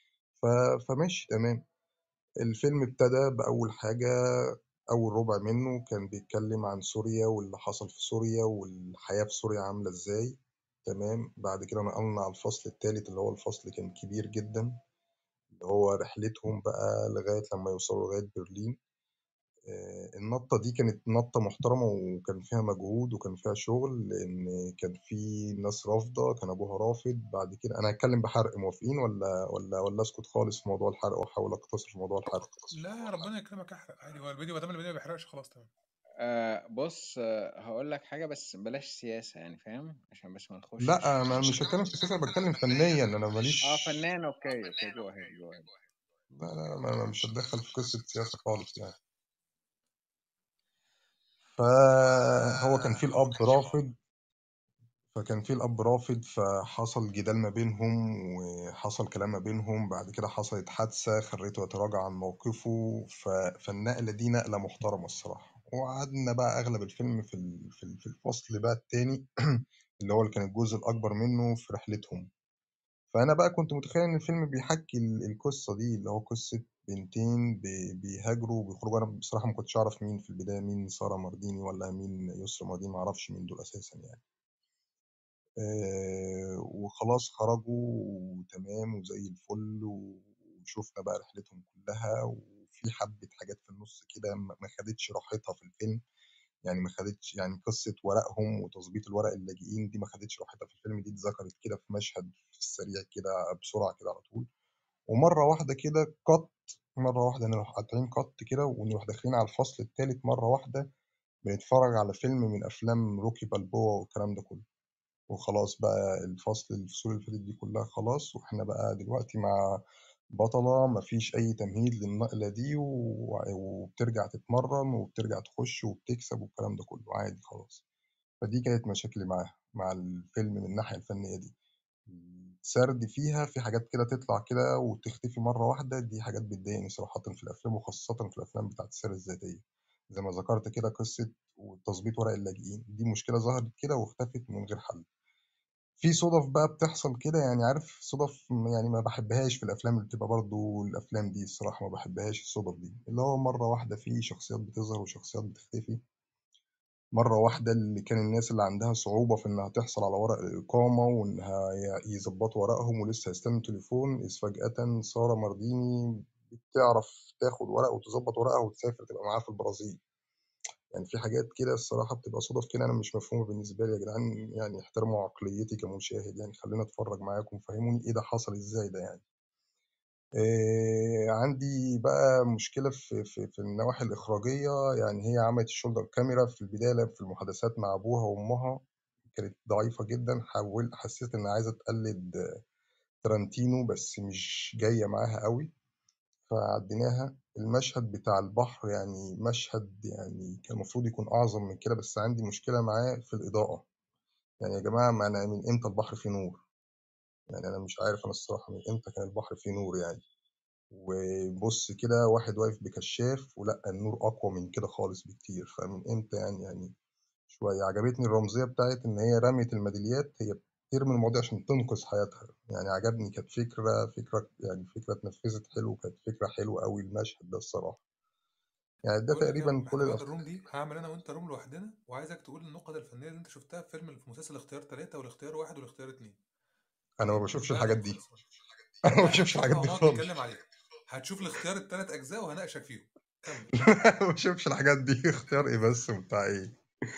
فماشي تمام. الفيلم ابتدى بأول حاجة، أول ربع منه كان بيتكلم عن سوريا واللي حصل في سوريا والحياة في سوريا عاملة إزاي. تمام. بعد كده نقلنا على الفصل الثالث اللي هو الفصل كان كبير جدا، اللي هو رحلتهم بقى لغاية لما يوصلوا لغاية برلين. النطة دي كانت نطة محترمة وكان فيها مجهود وكان فيها شغل، لأن كان في ناس رافضة، كان أبوها رافض. بعد كده أنا هتكلم بحرق، موافقين ولا أسكت خالص في موضوع الحرق وأحاول أقتصر في موضوع الحرق؟ لا ربنا يكرمك احرق عادي، هو الفيديو ما دام الفيديو ما بيحرقش خلاص تمام. بص، هقول لك حاجة بس بلاش سياسة يعني، فاهم؟ عشان بس ما نخشش. لا أنا مش هتكلم في السياسة، أنا بتكلم فنيا، أنا ماليش. فنان. اوكي جو اهيد. لا أنا مش هتدخل في قصة سياسة خالص يعني. فهو كان في الأب رافض، فحصل جدال ما بينهم وحصل كلام ما بينهم. بعد كده حصلت حادثة خليته يتراجع عن موقفه. فالنقلة دي نقلة محترمة الصراحة. وقعدنا بقى أغلب الفيلم في الفصل بقى التاني اللي هو اللي كان الجزء الأكبر منه في رحلتهم. فأنا بقى كنت متخيل إن الفيلم بيحكي القصة دي، اللي هو قصة بنتين بيهاجروا وبيخرجوا. أنا بصراحة ما كنتش أعرف مين في البداية، مين سارة مارديني ولا مين يسرا مارديني، معرفش مين دول أساسا يعني. وخلاص خرجوا وتمام وزي الفل، وشُفنا بقى رحلتهم كلّها. وفي حبّة حاجات في النُص كده ما خدتش راحتها في الفيلم، يعني ما خدتش يعني قصة ورقهم وتضبيط الورق اللاجئين دي ما خدتش راحتها في الفيلم، دي اتذكرت كده في مشهد في السريع كده بسرعة كده على طول. ومرّة واحدة كده مرّة واحدة نروح قاطعين كده ونروح داخلين على الفصل التالت مرّة واحدة، بنتفرّج على فيلم من أفلام روكي بالبوة والكلام ده كلّه. وخلاص بقى الفصول اللي فاتت دي كلها خلاص، واحنا بقى دلوقتي مع بطلة مفيش أي تمهيد للنقلة دي، وبترجع تتمرن وبترجع تخش وبتكسب والكلام ده كله عادي خلاص. فدي كانت مشاكلي معاها مع الفيلم من الناحية الفنية دي. السرد فيها في حاجات كده تطلع كده وتختفي مرة واحدة، دي حاجات بتضايقني صراحة في الأفلام، وخاصة في الأفلام بتاعت السيرة الذاتية زي ما ذكرت كده قصة وتظبيط ورق اللاجئين. دي مشكلة ظهرت كده واختفت من غير حل. في صُدف بقى بتحصل كده، يعني عارف صُدف يعني ما باحبهاش في الأفلام اللي بتبقى برضه الأفلام دي الصراحة ما باحبهاش الصُدف دي، اللي هو مرّة واحدة في شخصيات بتظهر وشخصيات بتختفي. مرّة واحدة اللي كان الناس اللي عندها صعوبة في إنها تحصل على ورق الإقامة وإنها يضبّطوا ورقهم ولسه هيستلموا تليفون، إذ فجأةً سارة مارديني بتعرف تاخد ورق وتضبّط ورقها وتسافر تبقى معاه في البرازيل. يعني في حاجات كده الصراحة بتبقى صُدف كده أنا مش مفهومة بالنسبة لي. يا جدعان يعني احترموا عقليتي كمشاهد، يعني خلّوني أتفرّج معاكم وفهّموني إيه ده حصل إزاي ده يعني. عندي بقى مشكلة في النواحي الإخراجية. يعني هي عملت الshoulder camera في البداية في المحادثات مع أبوها وأمها كانت ضعيفة جدًا. حسّيت إنها عايزة تقلد تارانتينو بس مش جاية معاها أوي، فعديناها. المشهد بتاع البحر يعني مشهد يعني كان المفروض يكون أعظم من كده، بس عندي مشكلة معاه في الإضاءة. يعني يا جماعة ما أنا من إمتى البحر فيه نور؟ يعني أنا مش عارف أنا الصراحة من إمتى كان البحر فيه نور يعني. وبُص كده واحد واقف بكشاف ولأ النور أقوى من كده خالص بكتير، فمن إمتى يعني شوية. عجبتني الرمزية بتاعة إن هي رميت الميداليات، هي بترمي المواضيع عشان تنقذ حياتها. يعني عجبني، كانت فكرة يعني فكرة اتنفذت حلو، وكانت فكرة حلوة أوي المشهد ده الصراحة. يعني ده بقول لك تقريبا ايه، كل احنا بعد الروم دي هعمل انا وانت روم لوحدنا، وعايزك تقول النقط الفنيه اللي انت شفتها في في مسلسل اختيار 3 والاختيار 1 والاختيار 2. أنا ما يعني باشوفش ده الحاجات كان دي. خلصان. أنا ما لا باشوفش الحاجات هتشوفها دي وهنقعد خالص. نتكلم عليها. هتشوف الاختيار الثلاث اجزاء وهناقشك فيهم. كمل. ما باشوفش الحاجات دي. اختيار إيه بس وبتاع إيه؟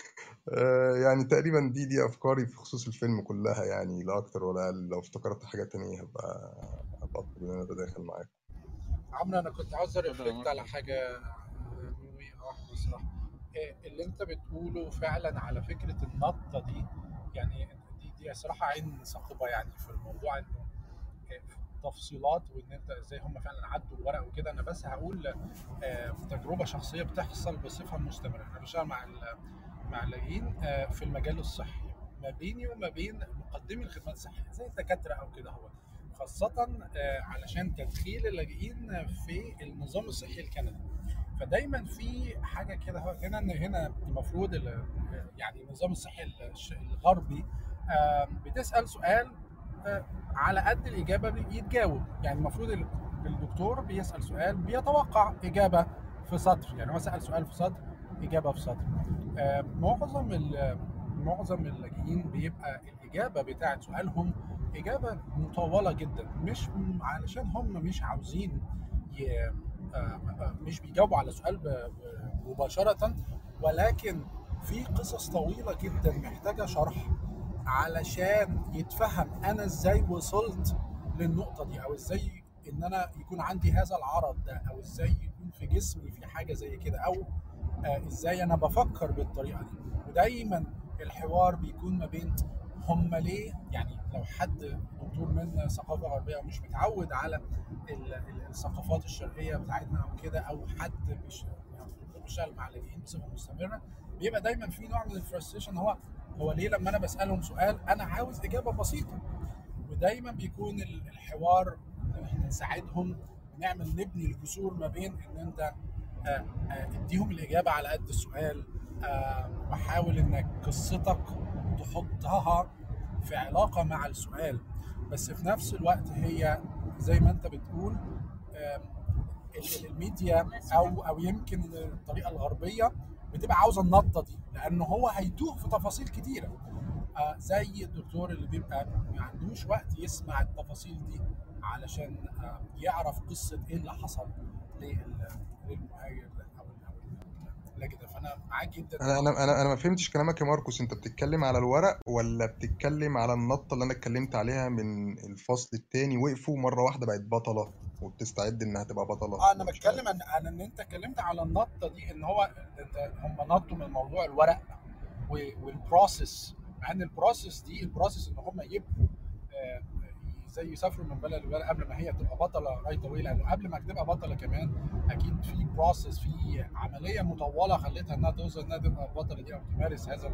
يعني تقريبا دي أفكاري في خصوص الفيلم كلها، يعني لا أكتر ولا أقل. لو افتكرت حاجة تانية هبقى أطلب إن أنا أتداخل معاك. عمرو انا كنت عاوز اتفضل يا ارفلكت على مروة. حاجه نقطة واحدة الصراحة. اللي انت بتقوله فعلا على فكرة النطة دي، يعني دي صراحة عين ثاقبة يعني في الموضوع، انه تفصيلات وان انت ازاي هم فعلا عدوا الورق وكده. انا بس هقول تجربة شخصية بتحصل بصفة مستمرة. انا بشتغل مع اللاجئين في المجال الصحي، ما بيني وما بين مقدمي الخدمات الصحية زي الدكاترة او كده، هو خاصة علشان تدخيل اللاجئين في النظام الصحي الكندي. فدايما في حاجه كده هنا المفروض يعني النظام الصحي الغربي بتسال سؤال على قد الاجابه يتجاوب. يعني المفروض الدكتور بيسال سؤال بيتوقع اجابه في سطر، يعني هو سال سؤال في سطر اجابه في سطر. معظم اللاجئين بيبقى الاجابه بتاعه سؤالهم اجابه مطوله جدا، مش علشان هم مش عاوزين مش بيجاوبوا على سؤال مباشرة، ولكن في قصص طويلة جدا محتاجة شرح علشان يتفهم أنا إزاي وصلت للنقطة دي، أو إزاي إن أنا يكون عندي هذا العرض ده، أو إزاي يكون في جسمي في حاجة زي كده، أو إزاي أنا بفكر بالطريقة دي. ودايما الحوار بيكون ما بين هم ليه يعني لو حد دكتور من ثقافه غربيه ومش متعود على الثقافات الشرقيه بتاعتنا او كده، او حد مش يعني دكتور بيشتغل مع لاجئين بصفه مستمره، بيبقى دايما في نوع من الفرستريشن. هو ليه لما انا بسالهم سؤال انا عاوز اجابه بسيطه، ودايما بيكون الحوار ان احنا نساعدهم نبني الجسور ما بين ان انت اديهم الاجابه على قد السؤال، وحاول انك قصتك تحطها في علاقه مع السؤال، بس في نفس الوقت هي زي ما انت بتقول الميديا او يمكن الطريقه الغربيه بتبقى عاوزه النطه دي، لانه هو هيتوه في تفاصيل كتيره، زي الدكتور اللي بيبقى ما عندوش وقت يسمع التفاصيل دي علشان يعرف قصه ايه اللي حصل للمهاجر او اللاجئ ده. فانا معاك جدا. انا ما فهمتش كلامك يا ماركوس، انت بتتكلم على الورق ولا بتتكلم على النطه اللي انا اتكلمت عليها من الفصل التاني؟ وقفوا مره واحده بقت بطله وبتستعد انها تبقى بطله انا ومش عارف. بتكلم ان انت اتكلمت على النطه دي، ان هو هم نطوا من موضوع الورق والبروسيس، مع ان البروسيس ان هم يبقوا آه، زي يسافروا من بلد لبلد قبل ما هي تبقى بطله رايت اواي، لانه قبل ما تبقى بطله كمان اكيد في بروسيس، في عمليه مطوله خلتها انها توصل انها تبقى البطله دي او تمارس هذا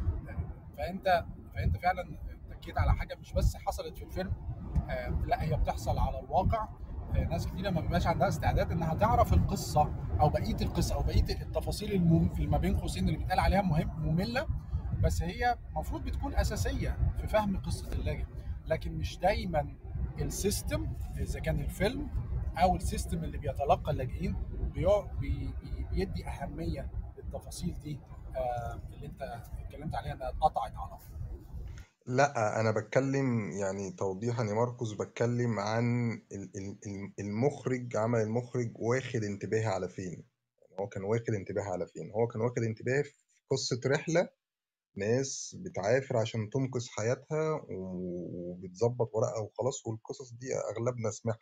فانت فعلا اتكيت على حاجه مش بس حصلت في الفيلم، لا هي بتحصل على الواقع. ناس كتيره ما بيبقاش عندها استعداد انها تعرف القصه او بقيه القصه او بقيه التفاصيل اللي ما بين قوسين اللي بيتقال عليها ممله، بس هي المفروض بتكون اساسيه في فهم قصه اللاجئ. لكن مش دايما السيستم، اذا كان الفيلم او السيستم اللي بيتلقى اللاجئين بيدي اهميه للتفاصيل دي اللي انت اتكلمت عليها انها اتقطعت على طول. لا انا بتكلم يعني توضيحا يا ماركوس، بتكلم عن المخرج، عمل المخرج واخد انتباهي على فين. يعني هو كان واخد انتباهي على فين؟ هو كان واخد انتباهي في قصة رحلة ناس بتعافر عشان تنقذ حياتها وبتظبط ورقة وخلاص، والقصص دي اغلبنا سمعها.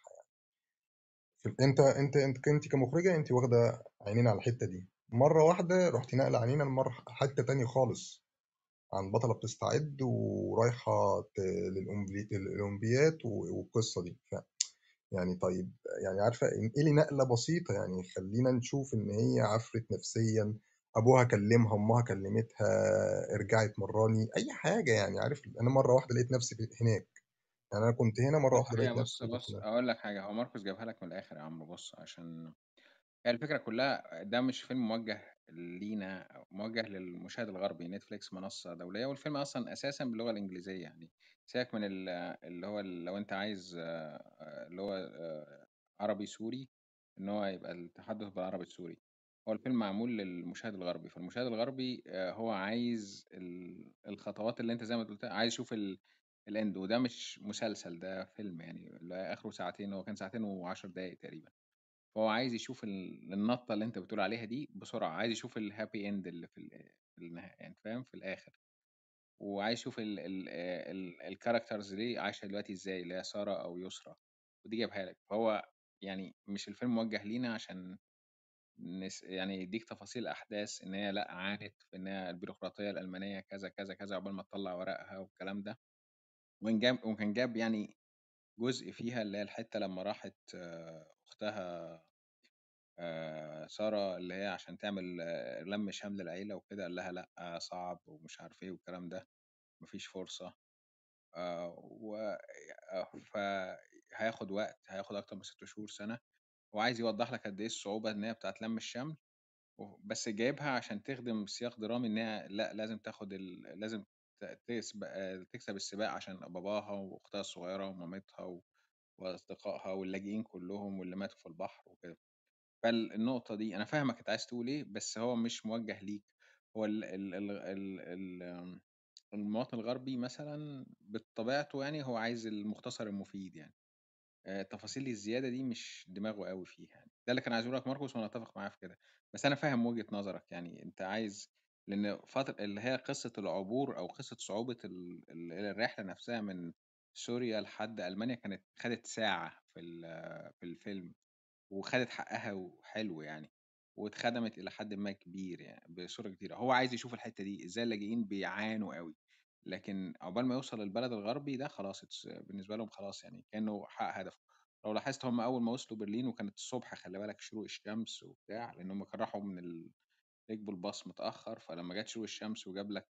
انت كمخرجة انت واخدة عينينا على الحتة دي، مرة واحدة رحتي نقل عينينا لمرة حتة تانية خالص، عن بطلة بتستعد ورايحة للأولمبيات والقصة دي. يعني طيب، يعني عارفة انقلي نقلة بسيطة، يعني خلينا نشوف إن هي عفرت نفسيا، أبوها كلمها، أمها كلمتها، ارجعي اتمرني، أي حاجة. يعني عارف، أنا مرة واحدة لقيت نفسي هناك، يعني أنا كنت هنا مرة واحدة هي لقيت نفسي بص هناك. اقول لك حاجه، هو ماركوس جابها لك من الاخر يا عم. بص، عشان هي الفكره كلها، ده مش فيلم موجه لينا أو موجه للمشاهد الغربي. نتفليكس منصه دوليه، والفيلم اصلا اساسا باللغه الانجليزيه. يعني سيبك من اللي هو لو انت عايز اللي هو عربي سوري، ان هو يبقى التحدث بالعربي السوري. هو الفيلم معمول للمشاهد الغربي، فالمشاهد الغربي هو عايز الخطوات اللي انت زي ما قلت، عايز يشوف الاند. وده مش مسلسل، ده فيلم يعني اللي اخره ساعتين، هو كان ساعتين وعشر دقايق تقريبا. فهو عايز يشوف النطة اللي انت بتقول عليها دي بسرعة، عايز يشوف الهابي اند اللي في النهاية، يعني فاهم، في الاخر. وعايز يشوف الكاركترز دي عايشة دلوقتي ازاي، اللي هي سارة او يسرا، ودي جابها لك. فهو يعني مش الفيلم موجه لينا عشان يعني يديك تفاصيل احداث ان هي لا عانت في ان هي البيروقراطيه الالمانيه كذا كذا كذا عقبال ما تطلع ورقها والكلام ده. وكان جاب يعني جزء فيها اللي هي الحته لما راحت اختها سارة، اللي هي عشان تعمل لم شمل العيلة وكده، قال لها لأ صعب ومش عارف ايه والكلام ده، مفيش فرصة. فهياخد وقت، هياخد أكتر من 6 شهور سنة. وعايز يوضح لك قد ايه الصعوبة ان هي بتاعت لم الشمل، بس جايبها عشان تخدم سياق درامي ان هي لا لازم تاخد لازم تكسب السباق عشان باباها واختها الصغيرة ومامتها واصدقائها واللاجئين كلهم واللي ماتوا في البحر وكده. فالنقطة دي أنا فاهمك أنت عايز تقول إيه، بس هو مش موجه ليك. هو المواطن الغربي مثلا بطبيعته يعني هو عايز المختصر المفيد يعني. التفاصيل الزيادة دي مش دماغه قوي فيها يعني. ده اللي كان عايز أقوله لك ماركوس، وأنا أتفق معاه في كده. بس أنا فاهم وجهة نظرك، يعني أنت عايز، لأن فترة اللي هي قصة العبور أو قصة صعوبة الرحلة نفسها من سوريا لحد ألمانيا كانت خدت ساعة في الفيلم، وخدت حقها وحلو يعني، واتخدمت إلى حد ما كبير يعني بصورة كتيرة. هو عايز يشوف الحتة دي إزاي اللاجئين بيعانوا قوي، لكن عقبال ما يوصل للبلد الغربي ده خلاص بالنسبة لهم خلاص يعني كأنه حقق هدفه. لو لاحظت هم أول ما وصلوا برلين وكانت الصبح خلي بالك شروق الشمس وبتاع، لأن هم كانوا راحوا ركبوا الباص متأخر، فلما جت شروق الشمس وجاب لك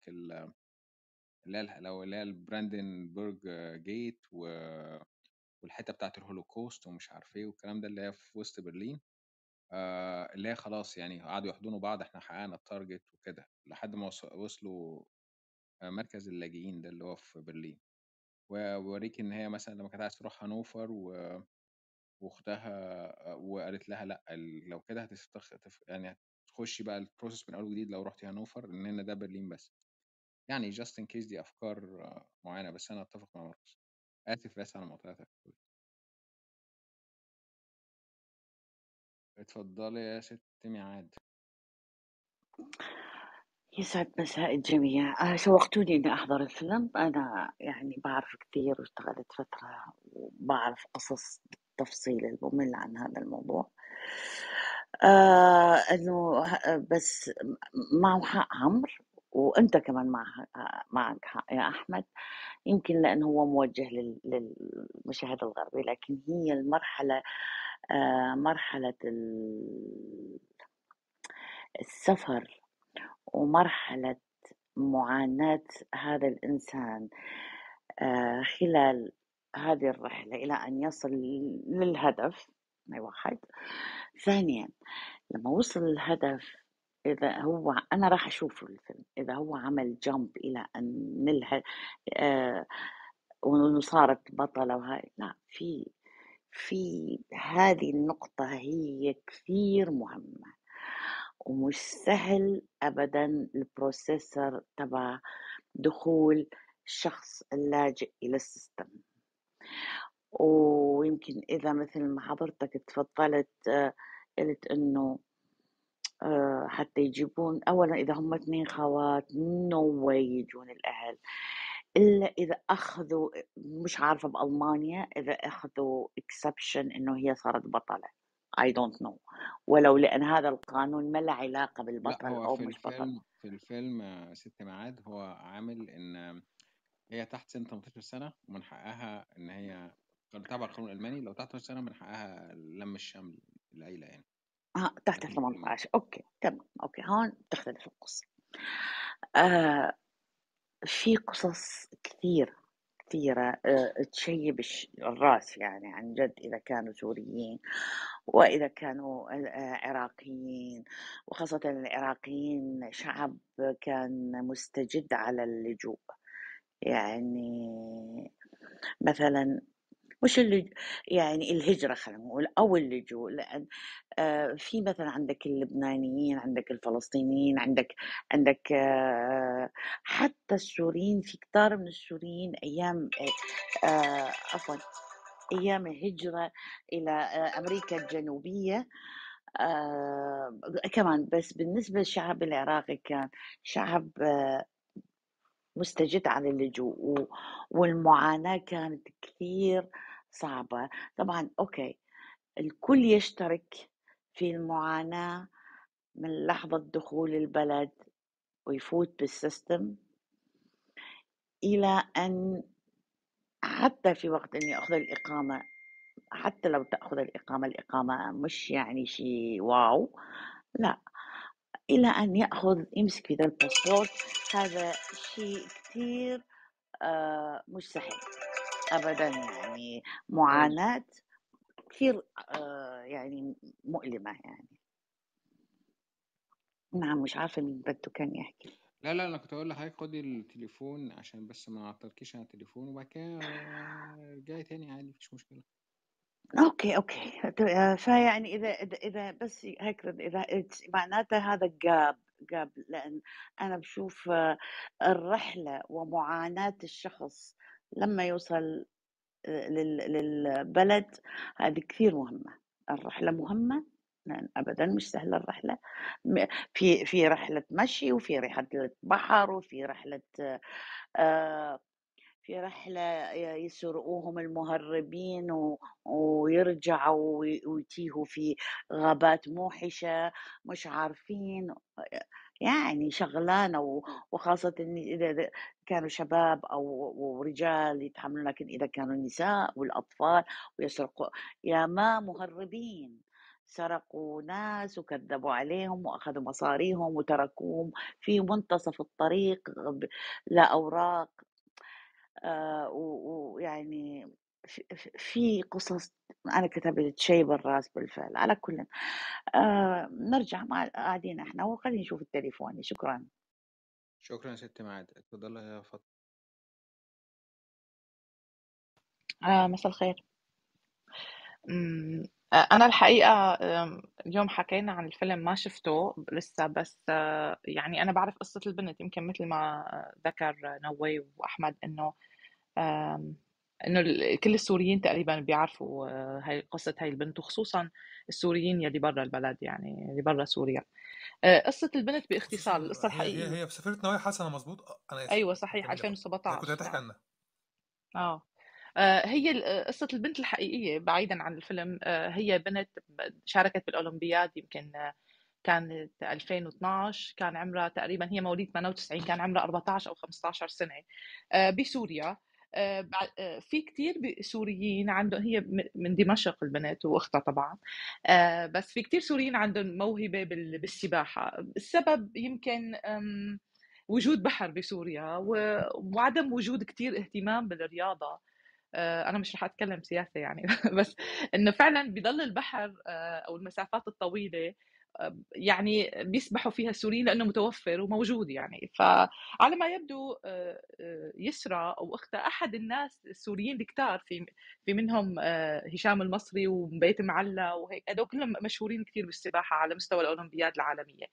اللي هي البراندنبورج جيت والحتة بتاعت الهولوكوست ومش عارف ايه والكلام ده اللي هي في وسط برلين، اللي هي خلاص يعني قعدوا يحضنوا بعض احنا حققنا التارجت وكده لحد ما وصلوا مركز اللاجئين ده اللي هو في برلين. ووريك ان هي مثلا لما كانت عايز تروح هانوفر واختها وقالت لها لا لو كده يعني هتخشي بقى البروسيس من اول وجديد لو رحتي هانوفر ان هنا ده برلين بس. يعني جاست ان كيس دي افكار معينه، بس انا اتفق مع ماركوس. اسف بس على مقاطعتك. اتفضلي يا ست ميعاد. يسعد مساء الجميع. شوقتوني إني أحضر الفيلم. أنا يعني بعرف كثير واشتغلت فترة وبعرف قصص بالتفصيل الممل عن هذا الموضوع. إنه بس معه حق عمرو، وأنت كمان معك حق يا أحمد. يمكن لأنه هو موجه للمشاهد الغربي، لكن هي المرحلة مرحلة السفر ومرحلة معاناة هذا الإنسان خلال هذه الرحلة إلى أن يصل للهدف. واحد. ثانيا، لما وصل للهدف، إذا هو أنا راح أشوف الفيلم إذا هو عمل جامب إلى أن وصارت بطلة وهاي، لا، في هذه النقطة هي كثير مهمة، ومش سهل أبدا البروسيسور تبع دخول الشخص اللاجئ إلى السيستم. ويمكن إذا مثل ما حضرتك تفضلت قلت إنه حتى يجيبون، أولا إذا هم 2 خوات no way يجون الأهل إلا إذا أخذوا، مش عارفة بألمانيا إذا أخذوا exception إنه هي صارت بطلة. I don't know، ولو لأن هذا القانون ما له علاقة لا بالبطل هو أو في مش بطل. الفيلم ست ميعاد هو عامل ان هي تحت سن 18 سنة ومن حقها ان هي تابع القانون الالماني، لو تحت 18 سنة من حقها لم الشمل العيلة يعني. تحت ده في الفيلم يعني. 18. أوكي تمام، أوكي هون تختلف القصة. في قصص كثيرة تشيب الراس يعني عن جد، إذا كانوا سوريين وإذا كانوا عراقيين، وخاصة العراقيين شعب كان مستجد على اللجوء. يعني مثلا مش يعني الهجرة خلينا نقول أو اللجوء، لأن في مثلا عندك اللبنانيين، عندك الفلسطينيين، عندك حتى السوريين، في كتار من السوريين أيام عفوا أيام الهجرة إلى أمريكا الجنوبية كمان. بس بالنسبة للشعب العراقي كان شعب مستجد على اللجوء، والمعاناة كانت كثير صعبة. طبعا أوكي الكل يشترك في المعاناة من لحظة دخول البلد ويفوت بالسيستم إلى أن حتى في وقت أن يأخذ الإقامة، حتى لو تأخذ الإقامة مش يعني شيء واو، لا، إلى أن يمسك في ذا الباسبور. هذا شيء كتير مش سهل أبدا، يعني معاناة كثير يعني مؤلمة يعني. نعم، مش عارفة مين بده كان يحكي. لا انا كنت اقول لحضرتك خدي التليفون عشان بس ما اعطلكيش على التليفون، وبعد كده رجعي تاني عادي مفيش مشكلة. اوكي فيعني اذا بس هيك اذا معناته هذا جاب، لان انا بشوف الرحله ومعاناه الشخص لما يوصل للبلد هذه كثير مهمه. الرحله مهمه لان ابدا مش سهله الرحله. في رحله مشي، وفي رحله بحر، وفي رحله في رحلة يسرقوهم المهربين ويرجعوا ويتيهوا في غابات موحشة مش عارفين. يعني شغلانة، وخاصة إن إذا كانوا شباب أو رجال يتحملون، لكن إذا كانوا نساء والأطفال ويسرقوا، يا ما مهربين سرقوا ناس وكذبوا عليهم وأخذوا مصاريهم وتركوهم في منتصف الطريق لا أوراق. ويعني في قصص أنا كتبت شيء بالراس بالفعل. على كل نرجع قاعدين احنا وخلينا نشوف التليفون. شكرا. شكرا يا ست معاد، اتفضل يا فاطمة. مساء الخير. أنا الحقيقة اليوم حكينا عن الفيلم، ما شفته لسه، بس يعني أنا بعرف قصة البنت، يمكن مثل ما ذكر نوي وأحمد إنه كل السوريين تقريبا بيعرفوا هاي قصة هاي البنت، وخصوصا السوريين يلي برا البلد، يعني اللي برا سوريا. قصة البنت باختصار، خصوصا القصة الحقيقية. هي في سفيرة نوايا حسنة، مظبوط. انا اسف، أيوة صحيح، كمل يا فاطمة. كنت 2017. هتحكي نعم. عنها. هي قصة البنت الحقيقية بعيدا عن الفيلم. هي بنت شاركت بالأولمبياد، يمكن كانت 2012، كان عمرها تقريبا، هي مواليد 98، كان عمرها 14 أو 15 سنة بسوريا. في كتير سوريين عندهم، هي من دمشق البنت واختها طبعا، بس في كتير سوريين عندهم موهبة بالسباحة. السبب يمكن وجود بحر بسوريا وعدم وجود كتير اهتمام بالرياضة. أنا مش رح أتكلم سياسة يعني بس إنه فعلا بضل البحر أو المسافات الطويلة يعني بيسبحوا فيها السوريين لأنه متوفر وموجود يعني. فعلى ما يبدو يسرى أو أختها أحد الناس السوريين الكتار، في منهم هشام المصري وبيت المعلى وهيك، هذول كلهم مشهورين كثير بالسباحة على مستوى الأولمبياد العالمية.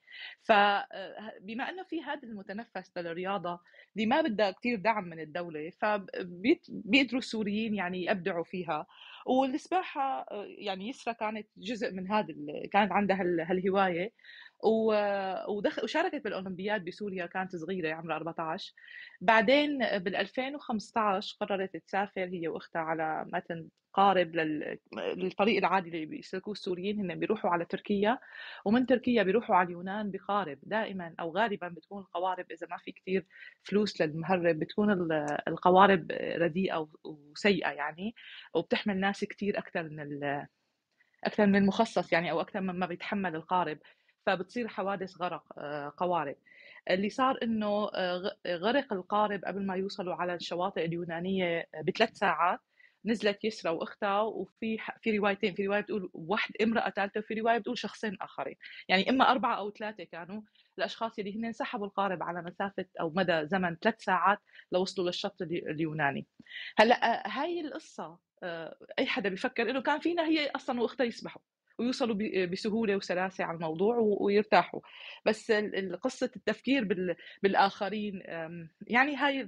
فبما أنه في هذا المتنفس للرياضة اللي ما بدها كثير دعم من الدولة، فبيقدروا السوريين يعني يبدعوا فيها. والسباحة يعني يسرى كانت جزء من هذا، كانت عندها هالهواية، وشاركت بالأولمبياد بسوريا، كانت صغيرة عمرها 14. بعدين بال 2015 قررت تسافر هي وأختها على متن قارب للطريق العادي اللي بيسلكوه السوريين، هن بيروحوا على تركيا، ومن تركيا بيروحوا على اليونان بقارب. دائما أو غالبا بتكون القوارب، إذا ما في كتير فلوس للمهرب، بتكون القوارب رديئة وسيئة يعني، وبتحمل ناس كتير أكثر من المخصص يعني، أو أكثر مما بيتحمل القارب، فبتصير حوادث غرق قوارب. اللي صار إنه غرق القارب قبل ما يوصلوا على الشواطئ اليونانية ب3 ساعات. نزلت يسرى وأختها، وفي روايتين، في رواية بتقول امرأة ثالثة، وفي رواية بتقول شخصين آخرين، يعني إما 4 أو 3 كانوا الأشخاص اللي هن سحبوا القارب على مسافة أو مدى زمن 3 ساعات لوصلوا للشط اليوناني. هلا هاي القصة اي حدا بيفكر انه كان فينا هي اصلا واختها يسبحوا ويوصلوا بسهوله وسلاسه على الموضوع ويرتاحوا، بس قصه التفكير بالاخرين، يعني هاي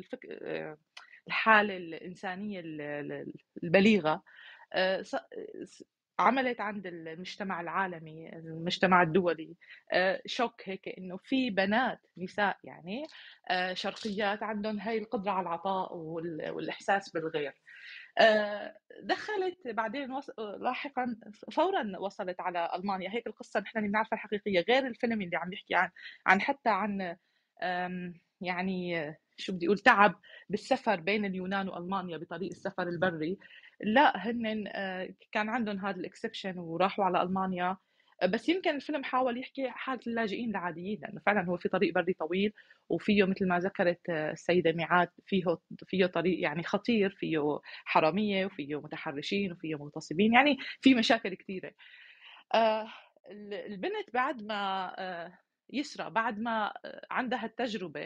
الحاله الانسانيه البليغه عملت عند المجتمع العالمي، المجتمع الدولي شوك هيك، انه في بنات نساء يعني شرقيات عندهم هاي القدره على العطاء والاحساس بالغير. دخلت بعدين لاحقا فورا وصلت على ألمانيا. هيك القصة نحن اللي بنعرفها الحقيقية، غير الفيلم اللي عم يحكي عن حتى عن يعني شو بدي أقول تعب بالسفر بين اليونان وألمانيا بطريق السفر البري. لا هن كان عندهم هذا الاكسبشن وراحوا على ألمانيا. بس يمكن الفيلم حاول يحكي حالة اللاجئين العاديين، لأنه فعلا هو في طريق بري طويل، وفيه مثل ما ذكرت السيدة ميعاد فيه طريق يعني خطير، فيه حرامية وفيه متحرشين وفيه مغتصبين، يعني في مشاكل كثيرة. البنت بعد ما يسرى، بعد ما عندها التجربة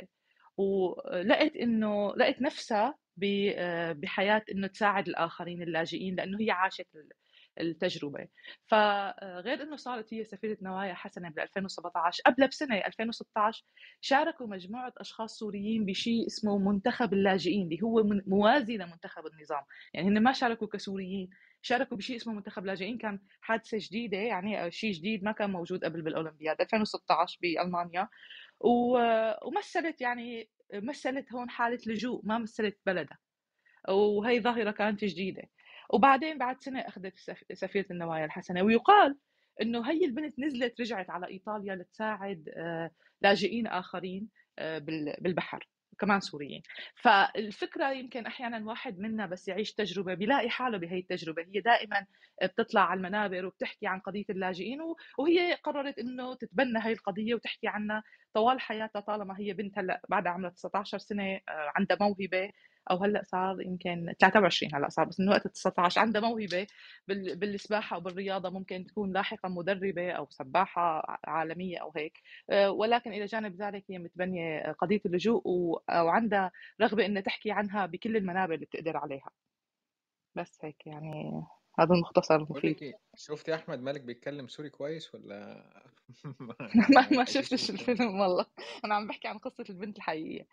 لقت نفسها بحياة إنه تساعد الآخرين اللاجئين، لأنه هي عاشت التجربة. فغير إنه صارت هي سفيرة نوايا حسنة بال 2017، قبل بسنة 2016 شاركوا مجموعة أشخاص سوريين بشيء اسمه منتخب اللاجئين، اللي هو موازي لمنتخب النظام. يعني هن ما شاركوا كسوريين، شاركوا بشيء اسمه منتخب لاجئين. كان حادثة جديدة يعني، شيء جديد ما كان موجود قبل بالأولمبياد 2016 بألمانيا. ومثلت يعني مثلت هون حالة لجوء، ما مثلت بلدها، وهي ظاهرة كانت جديدة. وبعدين بعد سنة أخذت سفيرة النوايا الحسنة. ويقال انه هي البنت نزلت رجعت على ايطاليا لتساعد لاجئين اخرين بالبحر كمان سوريين. فالفكره يمكن احيانا واحد منا بس يعيش تجربه بيلاقي حاله بهي التجربه. هي دائما بتطلع على المنابر وبتحكي عن قضيه اللاجئين، وهي قررت انه تتبنى هي القضيه وتحكي عنها طوال حياتها، طالما هي بنت هلا بعد عمرها 19 سنه، عندها موهبه، او هلا صار يمكن 23 هلا صار، بس من وقت 19 عندها موهبه بالسباحه وبالرياضه، ممكن تكون لاحقا مدربه او سباحه عالميه او هيك. ولكن الى جانب ذلك هي متبنيه قضيه اللجوء وعندها رغبه انها تحكي عنها بكل المنابر اللي بتقدر عليها. بس هيك يعني، هذا المختصر بقول المفيد. لك ايه، شفتي احمد مالك بيتكلم سوري كويس ولا ما ما لحقتيش شفتش تشوفيه؟ الفيلم والله، انا عم بحكي عن قصه البنت الحقيقيه.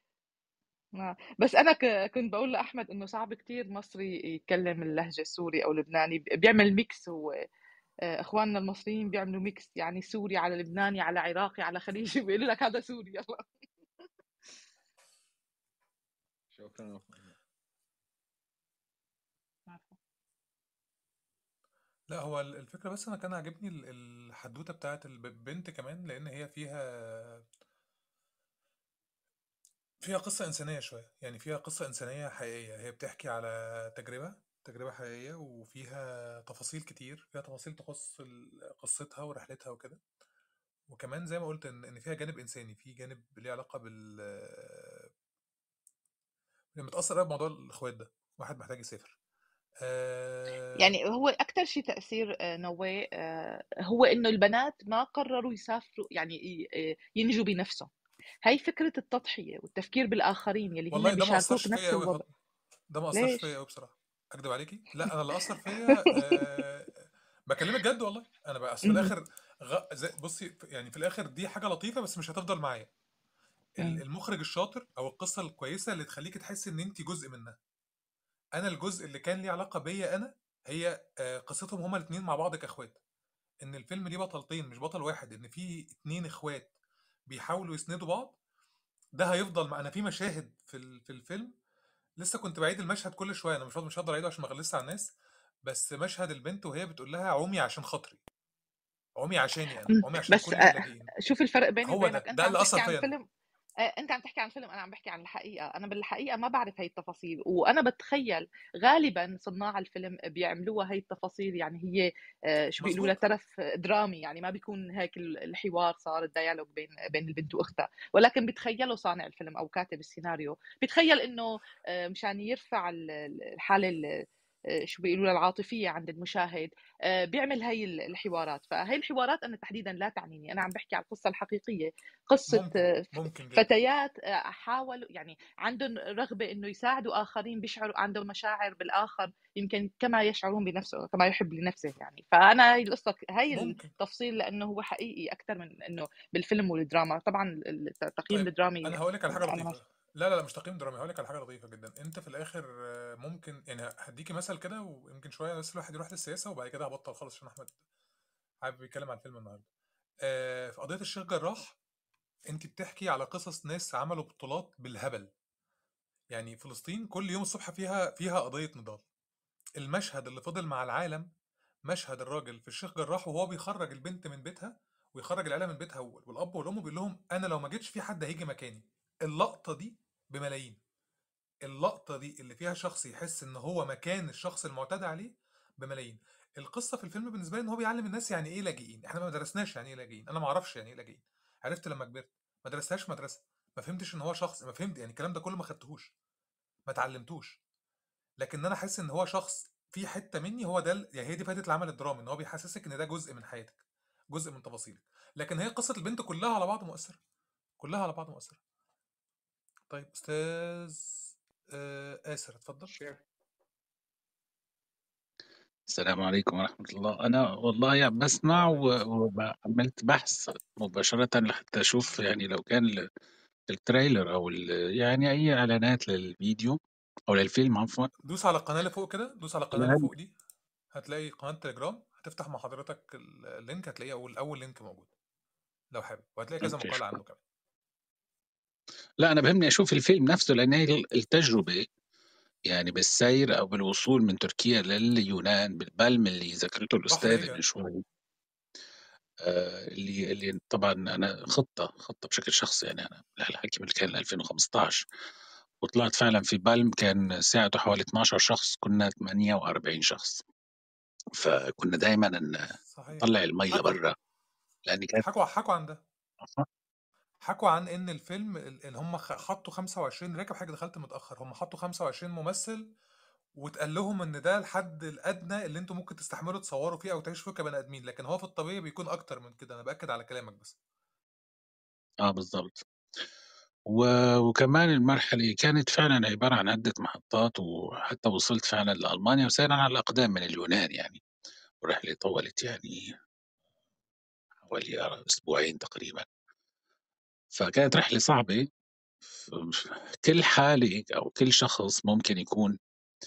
بس انا كنت بقول لاحمد انه صعب كتير مصري يتكلم اللهجه السوري او لبناني، بيعمل ميكس. هو اخواننا المصريين بيعملوا ميكس، يعني سوري على لبناني على عراقي على خليجي، بيقولوا لك هذا سوري. يلا شكرا. لا هو الفكرة، بس أنا كان عاجبني الحدوتة بتاعت البنت كمان، لأن هي فيها قصة إنسانية شوية، يعني فيها قصة إنسانية حقيقية، هي بتحكي على تجربة حقيقية، وفيها تفاصيل كتير، فيها تفاصيل تخص قصتها ورحلتها وكده. وكمان زي ما قلت إن فيها جانب إنساني، في جانب ليه علاقة متأثر قوي بموضوع الإخوات ده، واحد محتاج يسافر. يعني هو اكثر شيء تاثير نواه هو انه البنات ما قرروا يسافروا، يعني ينجوا بنفسهم. هاي فكره التضحيه والتفكير بالاخرين يلي والله هن ده ما بيشاركوك أثرش فيا نفس قوي يا الوضع. فاطمة، ده ما أثرش فيا ليش؟ قوي بصراحة، أكدب عليكي. لا أنا اللي أثر فيا بكلمك جد والله. أنا بقى أصل في الآخر بصي، يعني في الآخر دي حاجة لطيفة بس مش هتفضل معايا. المخرج الشاطر أو القصة الكويسة اللي تخليك تحس إن أنت جزء منها. أنا الجزء اللي كان ليه علاقة بيا أنا هي قصتهم هما الاتنين مع بعض كإخوات، إن الفيلم ليه بطلتين مش بطل واحد، إن في اتنين إخوات بيحاولوا يسندوا بعض. ده هيفضل معانا في مشاهد في الفيلم. لسه كنت بعيد المشهد كل شويه، انا مش هقدر اعيده عشان ما اغلسش على الناس. بس مشهد البنت وهي بتقول لها عومي عشان خاطري، عومي عشاني انا، عومي عشان بس كل اللاجئين. شوف الفرق بيني هو وبينك، ده اللي اثر فيا انا. انت عم تحكي عن فيلم، انا عم بحكي عن الحقيقه. انا بالحقيقه ما بعرف هي التفاصيل، وانا بتخيل غالبا صناع الفيلم بيعملوها هي التفاصيل، يعني هي شو بيقولوا لها مظبوط. ترف درامي، يعني ما بيكون هيك الحوار صار الديالوج بين البنت واختها، ولكن بتخيلوا صانع الفيلم او كاتب السيناريو بتخيل انه مشان يرفع الحاله شو بيقولوا العاطفيه عند المشاهد، بيعمل هاي الحوارات. فهي الحوارات انا تحديدا لا تعنيني، انا عم بحكي عن القصه الحقيقيه، قصه ممكن جدا. فتيات حاولوا، يعني عندهم رغبه انه يساعدوا اخرين، بيشعروا عندهم مشاعر بالاخر يمكن كما يشعرون بنفسه، كما يحب لنفسه يعني. فانا هي القصه، هي ممكن. التفصيل، لانه هو حقيقي اكثر من انه بالفيلم والدراما. طبعا التقييم طيب الدرامي انا هقول لك على حاجه انا لطيفه. لا مش تقييم درامي، هقول لك على حاجه لطيفه جدا. انت في الاخر ممكن يعني هديكي مثل كده، ويمكن شويه بس الواحد يروح للسياسه، وبعد كده هبطل خالص عشان احمد حابب يتكلم عن الفيلم النهارده. في قضيه الشيخ جراح، انت بتحكي على قصص ناس عملوا بطولات بالهبل. يعني فلسطين كل يوم الصبح فيها قضية نضال. المشهد اللي فضل مع العالم مشهد الراجل في الشيخ جراح وهو بيخرج البنت من بيتها ويخرج العيلة من بيتها، والأب والأم بيقول لهم أنا لو ما جيتش في حد هيجي مكاني. اللقطة دي بملايين. اللقطة دي اللي فيها شخص يحس إن هو مكان الشخص المعتدى عليه بملايين. القصة في الفيلم بالنسبة لي إن هو بيعلم الناس يعني إيه لاجئين. إحنا ما درسناش يعني إيه لاجئين، أنا ما أعرفش يعني إيه لاجئين. عرفت لما كبرت، ما درستهاش مدرسة، ما فهمتش إن هو شخص، ما فهمت يعني الكلام ده كله، ما خدتهوش، ما اتعلمتوش. لكن انا حاسس ان هو شخص في حته مني، هو ده يعني هي دي فائده العمل الدرامي، ان هو بيحسسك ان ده جزء من حياتك، جزء من تفاصيلك. لكن هي قصه البنت كلها على بعض مؤثره، كلها على بعض مؤثره. طيب استاذ آسر اتفضل. شير. السلام عليكم ورحمة الله. أنا والله يعني بسمع وعملت بحث مباشرة لحتى أشوف يعني لو كان التريلر أو يعني أي إعلانات للفيديو أو للفيلم عفوا. دوس على القناه اللي فوق كده، دوس على القناه اللي فوق دي، هتلاقي قناه تليجرام، هتفتح مع حضرتك اللينك، هتلاقيه اول لينك موجود لو حابب، وهتلاقي كذا أوكي، مقال شكرا. عنه كمان. لا أنا بهمني أشوف الفيلم نفسه، لأن هي التجربة يعني بالسير أو بالوصول من تركيا لليونان بالبلم اللي ذكرته بحر الأستاذ ايجا. من شوي. اللي طبعًا أنا خطّة بشكل شخصي يعني أنا الحكي اللي كان 2015 وطلعت فعلًا في بالم كان ساعته حوالي 12 شخص، كنا 48 شخص، فكنا دايمًا صحيح. نطلّع المَي حكوا لبرّا لإن كانت حكوا عن ده. أها، حكوا عن ان الفيلم اللي هم حطوا 25 راكب حاجه، دخلت متاخر، هم حطوا 25 ممثل واتقال لهم ان ده الحد الادنى اللي انتوا ممكن تستحملوا تصوروا فيه او تعيشوا فيه كبني ادمين، لكن هو في الطبيعي بيكون اكتر من كده. انا باكد على كلامك بس. بالضبط. وكمان المرحلة كانت فعلًا عبارة عن عدة محطات، وحتى وصلت فعلًا لألمانيا وسيرًا على الأقدام من اليونان يعني، والرحلة طوّلت يعني حوالي أسبوعين تقريبًا، فكانت رحلة صعبة. ف كل حالة أو كل شخص ممكن يكون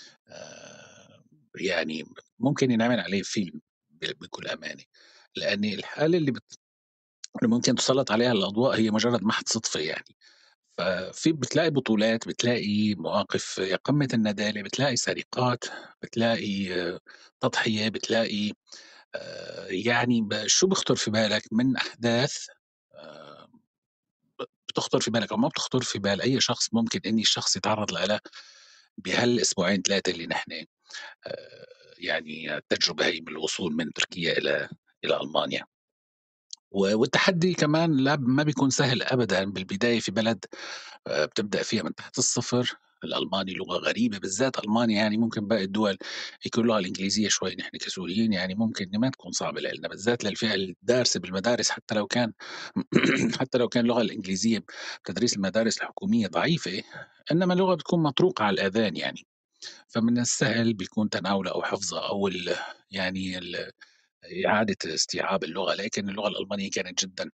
يعني ممكن ينعمل عليه فيلم بكل أمانة، لأن الحالة اللي ممكن تُسلّط عليها الأضواء هي مجرد محض صدفة يعني. بتلاقي بطولات، بتلاقي مواقف يا قمة الندالة، بتلاقي سرقات، بتلاقي تضحية، بتلاقي يعني شو بيخطر في بالك من أحداث آآ بتخطر في بالك أو ما بتخطر في بال أي شخص ممكن إن الشخص يتعرّض لها بهالأسبوعين 3 اللي نحن يعني التجربة هي بالوصول من تركيا إلى ألمانيا. والتحدي كمان ما بيكون سهل أبدًا بالبداية في بلد بتبدأ فيها من تحت الصفر. الألماني لغة غريبة، بالذات ألمانيا يعني ممكن باقي الدول يكون اللغة الإنجليزية شوي نحن كسوريين يعني ممكن إن ما تكون صعبة لإلنا، بالذات للفئة الدارسة بالمدارس حتى لو كان حتى لو كان اللغة الإنجليزية بتدريس المدارس الحكومية ضعيفة، إنما اللغة بتكون مطروقة على الآذان يعني، فمن السهل بيكون تناولها أو حفظها أو يعني إعادة استيعاب اللغة، لكن اللغة الألمانية كانت جدًا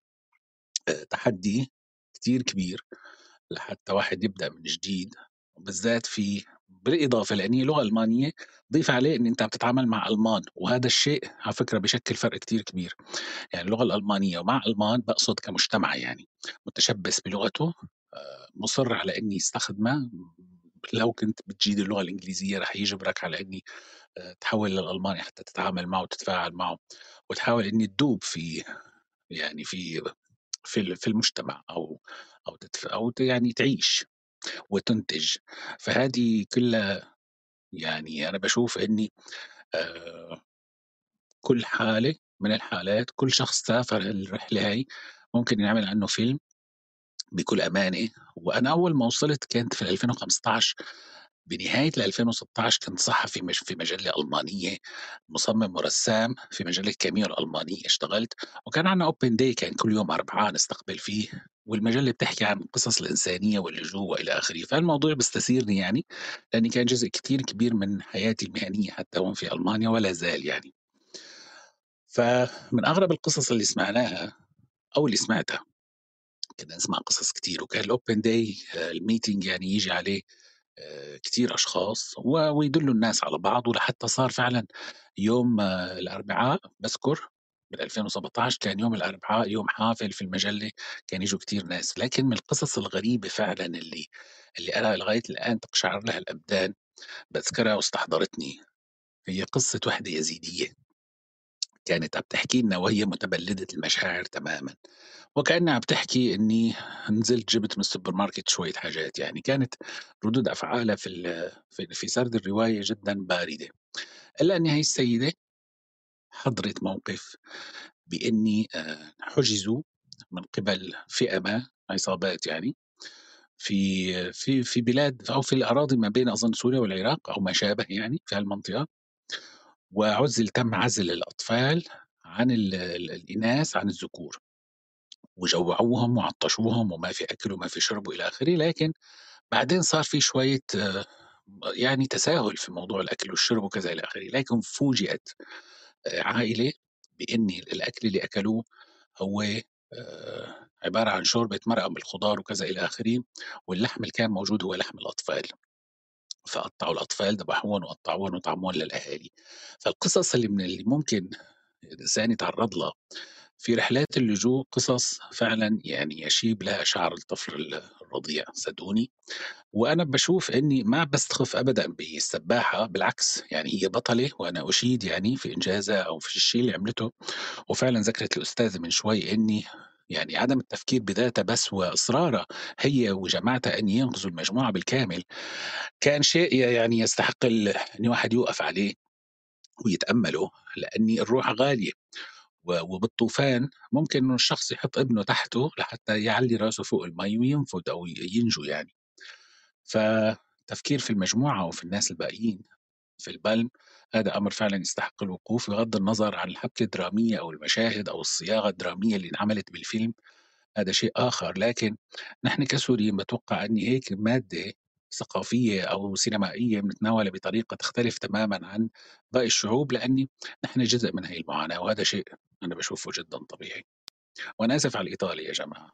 تحدي كتير كبير لحتى واحد يبدأ من جديد، وبالذات بالإضافة لإن هي لغة ألمانية، ضيف عليه إن أنت عم تتعامل مع ألمان، وهذا الشيء على فكرة بيشكل فرق كتير كبير، يعني اللغة الألمانية ومع ألمان باقصد كمجتمع يعني متشبث بلغته، مُصِر على إني يستخدمها، لو كنت بتجيد اللغة الإنجليزية رح يجبرك على إني تحوّل للألماني حتى تتعامل معه وتتفاعل معه، وتحاول إني تدوب يعني في المجتمع أو يعني تعيش وتنتج. فهذه كلها يعني أنا باشوف إني آآ كل حالة من الحالات، كل شخص سافر الرحلة هاي ممكن ينعمل عنه فيلم بكل أمانة. وأنا أول ما وصلت كانت في 2015، بنهاية ال2016 كنت صحفي في مجلة ألمانية، مصمم ورسام في مجلة كاميو الألمانية اشتغلت، وكان عندنا open day كان كل يوم أربعاء نستقبل فيه، والمجلة بتحكي عن القصص الإنسانية واللجوء وإلى آخره، فالموضوع بيستثيرني يعني، لأني كان جزء كتير كبير من حياتي المهنية حتى هون في ألمانيا ولا زال يعني. فمن أغرب القصص اللي سمعناها أو اللي سمعتها، كنا نسمع قصص كتير، وكان الopen day الmeeting يعني ييجي عليه كتير أشخاص ويدلّوا الناس على بعض، ولحتى صار فعلًا يوم الأربعاء باذكر بال2017 كان يوم الأربعاء يوم حافل في المجلة، كان ييجوا كتير ناس، لكن من القصص الغريبة فعلًا اللي أنا لغاية الآن تقشعر لها الأبدان باذكرها واستحضرتني، هي قصة وحدة يزيدية كانت عم تحكي لنا وهي متبلدة المشاعر تمامًا. وكأنها عم تحكي إني نزلت جبت من السوبر ماركت شوية حاجات، يعني كانت ردود أفعالها في سرد الرواية جدًا باردة، إلا إن هي السيدة حضرت موقف بإني حُجزوا من قبل فئة ما، عصابات يعني، في بلاد أو في الأراضي ما بين أظن سوريا والعراق أو ما شابه يعني في هالمنطقة، تم عزل الأطفال عن الإناث عن الذكور، وجوّعوهم وعطّشوهم وما في أكل وما في شرب وإلى آخره، لكن بعدين صار في شوية يعني تساهل في موضوع الأكل والشرب وكذا إلى آخره، لكن فوجئت عائلة بإن الأكل اللي أكلوه هو عبارة عن شوربة مرقة بالخضار وكذا إلى آخره، واللحم اللي كان موجود هو لحم الأطفال، فقطّعوا الأطفال ذبحوهم وقطّعوهم وطعموهم للأهالي. فالقصص اللي ممكن الإنسان يتعرّض لها في رحلات اللجوء قصص فعلًا يعني يشيب لها شعر الطفل الرضيع صدقوني. وأنا باشوف إني ما باستخف أبدًا بالسباحة، بالعكس يعني هي بطلة وأنا أشيد يعني في إنجازها أو في الشيء اللي عملته. وفعلًا ذكرت الأستاذة من شوي إني يعني عدم التفكير بذاتها بس وإصرارها هي وجماعتها أن ينقذوا المجموعة بالكامل، كان شيء يعني يستحق إن الواحد يوقف عليه ويتأمله، لأن الروح غالية. وبالطوفان ممكن إنه الشخص يحط ابنه تحته لحتى يعلّي راسه فوق المَي وينفذ أو ينجو يعني. فتفكير في المجموعة وفي الناس الباقيين في البَلْم، هذا أمر فعلًا يستحق الوقوف بغض النظر عن الحبكة الدرامية أو المشاهد أو الصياغة الدرامية اللي انعملت بالفيلم، هذا شيء آخر. لكن نحن كسوريين باتوقع إن هيك مادة ثقافية أو سينمائية بنتناولها بطريقة تختلف تمامًا عن باقي الشعوب، لأني نحن جزء من هي المعاناة، وهذا شيء أنا باشوفه جدًا طبيعي. وأنا آسف على الإطالة يا جماعة.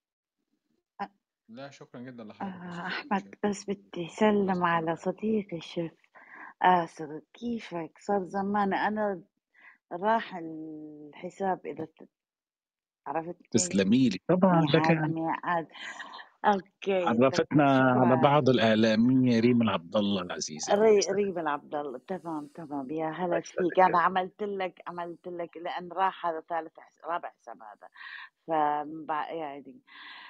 لا شكرا جدا لحضرتك يا أستاذ أحمد شيف. بس بدي أسلم على صديقي الشيف آسر، كيفك؟ صار زمان أنا راح الحساب إذا عرفتني تسلمي لي، طبعًا يا ده كان عالمي عاد. أوكي عرّفتنا على شكرا. بعض الإعلامية ريم العبد الله العزيزة، الله يسعدك. ريم العبد الله، تمام يا الله هلا يسعدك فيك. يا أنا رب. عملت لك لأن راح هذا رابع حساب هذا، يعني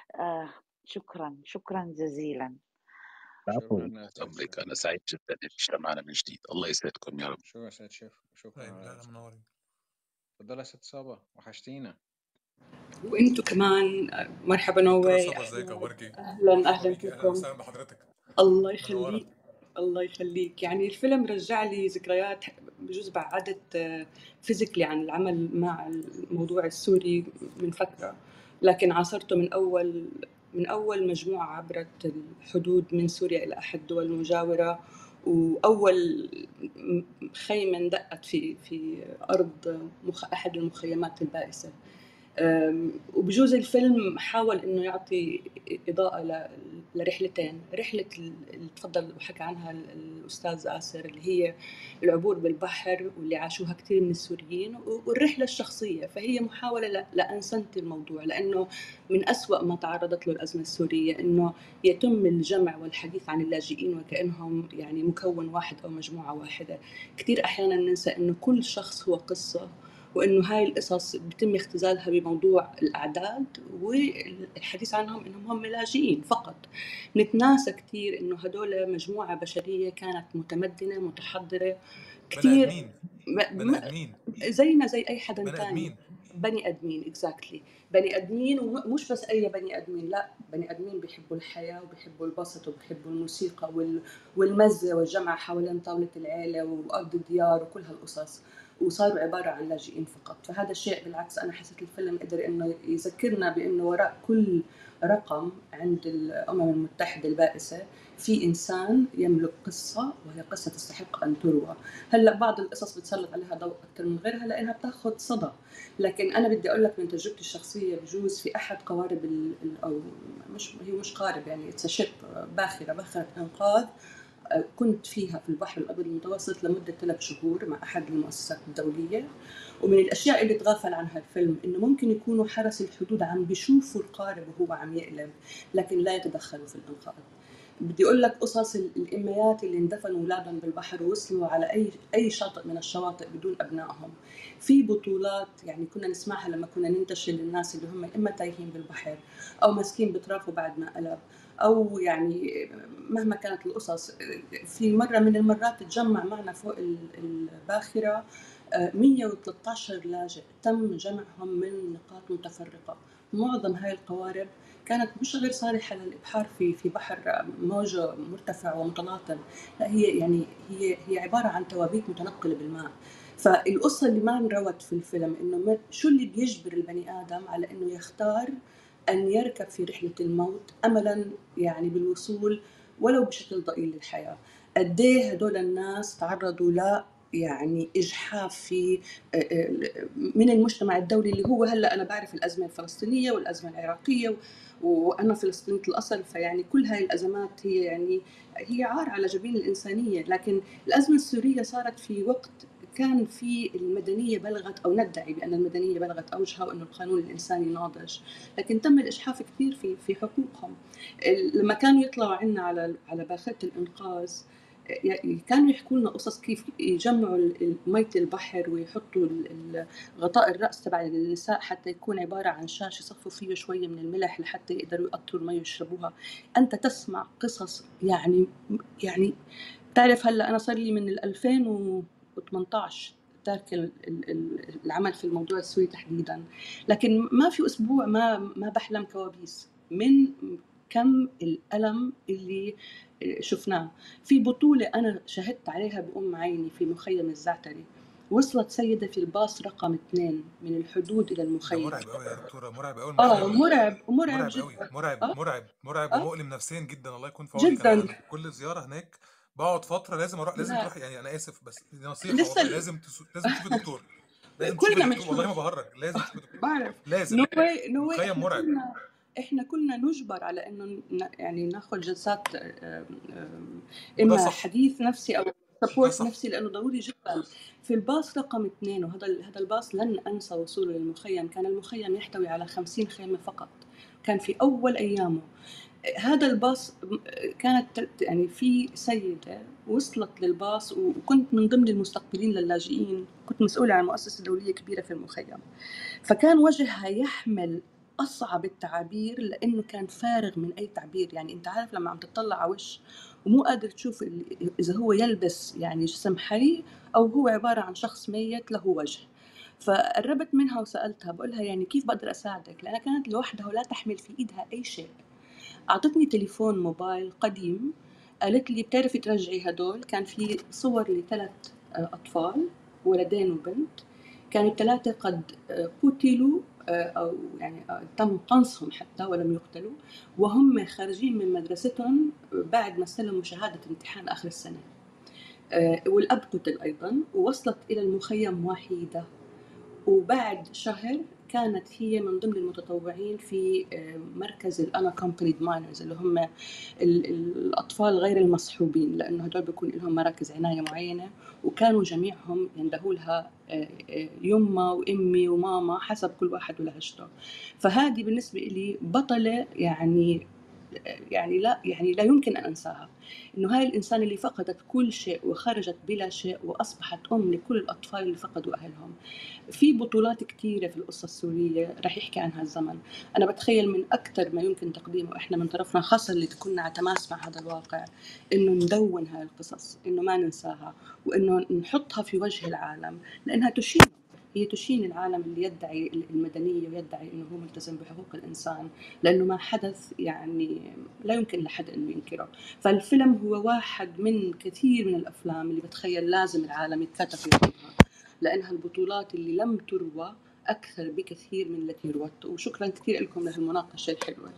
شكرا جزيلا. العفو، شكرا يا أستاذ شيف. أمرِك، أنا سعيد جدًا إن اجتمعنا من جديد، الله يسعدكم يا رب. شكرا يا أستاذ شيف. شكرا طيب، على لا منورين. اتفضل يا ست صابة، وحشتينا. وانتوا كمان مرحبا دكتورة نوي. صبا، ازيك؟ اخبارك ايه؟ اهلا مرحبا بيكي، اهلا فيكم. وسهلا بحضرتك. الله منورة. يخليك. الله يخليك. يعني الفيلم رجع لي ذكريات، بجوز بعدت فيزيكلي عن العمل مع الموضوع السوري من فترة، لكن عاصرته من أول مجموعة عبرت الحدود من سوريا إلى أحد الدول المجاورة، وأول خيمة دقت في أرض أحد المخيمات البائسة. وبجوز الفيلم حاول انه يعطي اضاءه لرحلتين، رحله اللي تفضل وحكى عنها الاستاذ آسر اللي هي العبور بالبحر واللي عاشوها كثير من السوريين، والرحله الشخصيه. فهي محاوله لانسنت الموضوع، لانه من أسوأ ما تعرضت له الازمه السوريه انه يتم الجمع والحديث عن اللاجئين وكانهم يعني مكون واحد او مجموعه واحده. كثير احيانا ننسى انه كل شخص هو قصه، وإنه هاي القصص بيتم اختزالها بموضوع الأعداد والحديث عنهم إنهم هم لاجئين فقط. نتناسى كتير إنه هدول مجموعة بشرية كانت متمدنة متحضرة كتير، بني ادمين زينا زي أي حدا بني تاني. ادمين بني ادمين اكزاكتلي، بني ادمين. ومش بس اي بني ادمين، لا، بني ادمين بيحبوا الحياه وبيحبوا البسط وبيحبوا الموسيقى والمزه والجمع حوالين طاوله العيله وارض الديار وكل هالقصص، وصاروا عباره عن لاجئين فقط. فهذا الشيء بالعكس انا حسيت الفيلم قدر انه يذكرنا بانه وراء كل رقم عند الامم المتحده البائسه في انسان يملك قصه، وهي قصه تستحق ان تروى. هلا بعض القصص بتسلط عليها ضوء اكثر من غيرها لانها بتاخذ صدى، لكن انا بدي اقول لك من تجربتي الشخصيه، بجوز في احد قوارب او مش قارب، يعني شيب باخره انقاذ كنت فيها في البحر الابيض المتوسط لمده 3 شهور مع احد المؤسسات الدوليه. ومن الاشياء اللي تغافل عنها الفيلم انه ممكن يكونوا حرس الحدود عم بيشوفوا القارب وهو عم يقلب، لكن لا يتدخلوا في الانقاذ. بدي اقول لك قصص الاميات اللي اندفنوا اولادهم بالبحر ووصلوا على اي شاطئ من الشواطئ بدون ابنائهم. في بطولات يعني كنا نسمعها لما كنا ننتشل للناس اللي هم اما تايهين بالبحر او ماسكين بطرافه بعد ما قلب، او يعني مهما كانت القصص. في مره من المرات تجمع معنا فوق الباخره 113 لاجئ تم جمعهم من نقاط متفرقه. معظم هاي القوارب كانت مش غير صالحة للإبحار في بحر موجه مرتفع ومتلاطم، لا هي عبارة عن توابيت متنقلة بالماء. فالقصة اللي ما انروت في الفيلم إنه شو اللي بيجبر البني آدم على إنه يختار أن يركب في رحلة الموت أملاً يعني بالوصول ولو بشكل ضئيل للحياة. قديه هدول الناس تعرضوا لا يعني إجحاف في من المجتمع الدولي، اللي هو هلا أنا بعرف الأزمة الفلسطينية والأزمة العراقية وأنا فلسطينية الأصل، فيعني كل هاي الأزمات هي عار على جبين الإنسانية. لكن الأزمة السورية صارت في وقت كان في المدنية بلغت أو ندعي بأن المدنية بلغت أوجها وأن القانون الإنساني ناضج، لكن تم الإجحاف كثير في حقوقهم. لما كانوا يطلعوا عنا على باخرة الإنقاذ كانوا يحكوا لنا قصص كيف يجمعوا مية البحر ويحطوا غطاء الرأس تبع النساء حتى يكون عبارة عن شاش يصفوا فيه شوية من الملح لحتى يقدروا يقطروا المي ويشربوها. أنت تسمع قصص يعني تعرف هلا أنا صار لي من 2018 تارك العمل في الموضوع السوري تحديدا، لكن ما في أسبوع ما بحلم كوابيس من كم الألم اللي شفناه. في بطولة أنا شهدت عليها بأم عيني في مخيم الزعتري، وصلت سيدة في الباص رقم 2 من الحدود إلى ده المخيم. مرعب قوي يا دكتورة، مرعب قوي المشهد ده، مرعب مرعب جدا. قوي، مرعب ومؤلم نفسيا جدا. الله يكون في عونك. جدا. انا كل زيارة هناك بقعد فترة لازم اروح، لازم لا تروح. يعني انا اسف بس دي نصيحة لسه والله، لازم تشوفي دكتور، لازم تشوفي كلنا دكتور، والله ما بنشوف. بهرج، لازم تشوفي دكتور، بعرف لازم. نوي مخيم مرعب. احنا كلنا نجبر على انه يعني ناخذ جلسات وده اما صح، حديث نفسي او ده سبورت صح. نفسي، لانه ضروري جدا. في الباص رقم 2، وهذا الباص لن انسى وصوله للمخيم. كان المخيم يحتوي على 50 خيمه فقط، كان في اول ايامه. هذا الباص كانت يعني في سيدة وصلت للباص، وكنت من ضمن المستقبلين للاجئين، كنت مسؤولة عن مؤسسة دولية كبيرة في المخيم. فكان وجهها يحمل أصعب التعابير لأنه كان فارغ من أي تعبير. يعني أنت عارف لما عم تطلع على وش ومو قادر تشوف إذا هو يلبس يعني جسم حي أو هو عبارة عن شخص ميت له وجه. فقربت منها وسألتها، بقولها يعني كيف بقدر أساعدك، لأنها كانت لوحدها ولا تحمل في إيدها أي شيء. أعطتني تليفون موبايل قديم، قالت لي بتعرفي ترجعي هدول. كان في صور ل3 أطفال، ولدين وبنت. كانوا ال3 قد قتلوا أو يعني تم قنصهم حتى ولم يقتلوا، وهم خارجين من مدرستهم بعد ما استلموا شهادة امتحان آخر السنة. والأب قتل أيضا، ووصلت إلى المخيم وحيدة. وبعد شهر كانت هي من ضمن المتطوعين في مركز الانكمبانيد ماينرز، اللي هم الأطفال غير المصحوبين، لأنه هدول بيكون لهم مراكز عناية معينة، وكانوا جميعهم يندهوا لها يما وإمي وماما حسب كل واحد ولهجته. فهذه بالنسبة لي بطلة يعني لا يمكن أن أنساها. إنه هاي الإنسان اللي فقدت كل شيء وخرجت بلا شيء وأصبحت أم لكل الأطفال اللي فقدوا أهلهم. في بطولات كثيرة في القصة السورية رح يحكي عنها الزمن. أنا بتخيل من أكثر ما يمكن تقديمه إحنا من طرفنا، خاصة اللي كنا على تماس مع هذا الواقع، إنه ندون هاي القصص، إنه ما ننساها، وإنه نحطها في وجه العالم، لأنها هي تشين العالم اللي يدعي المدنية ويدعي إنه هو ملتزم بحقوق الإنسان، لأنه ما حدث يعني لا يمكن لحد إنه ينكره. فالفيلم هو واحد من كثير من الأفلام اللي بتخيل لازم العالم يتكاتف فيها، لأنها البطولات اللي لم تروى أكثر بكثير من التي روت. وشكرا كثير لكم لهالمناقشة الحلوة.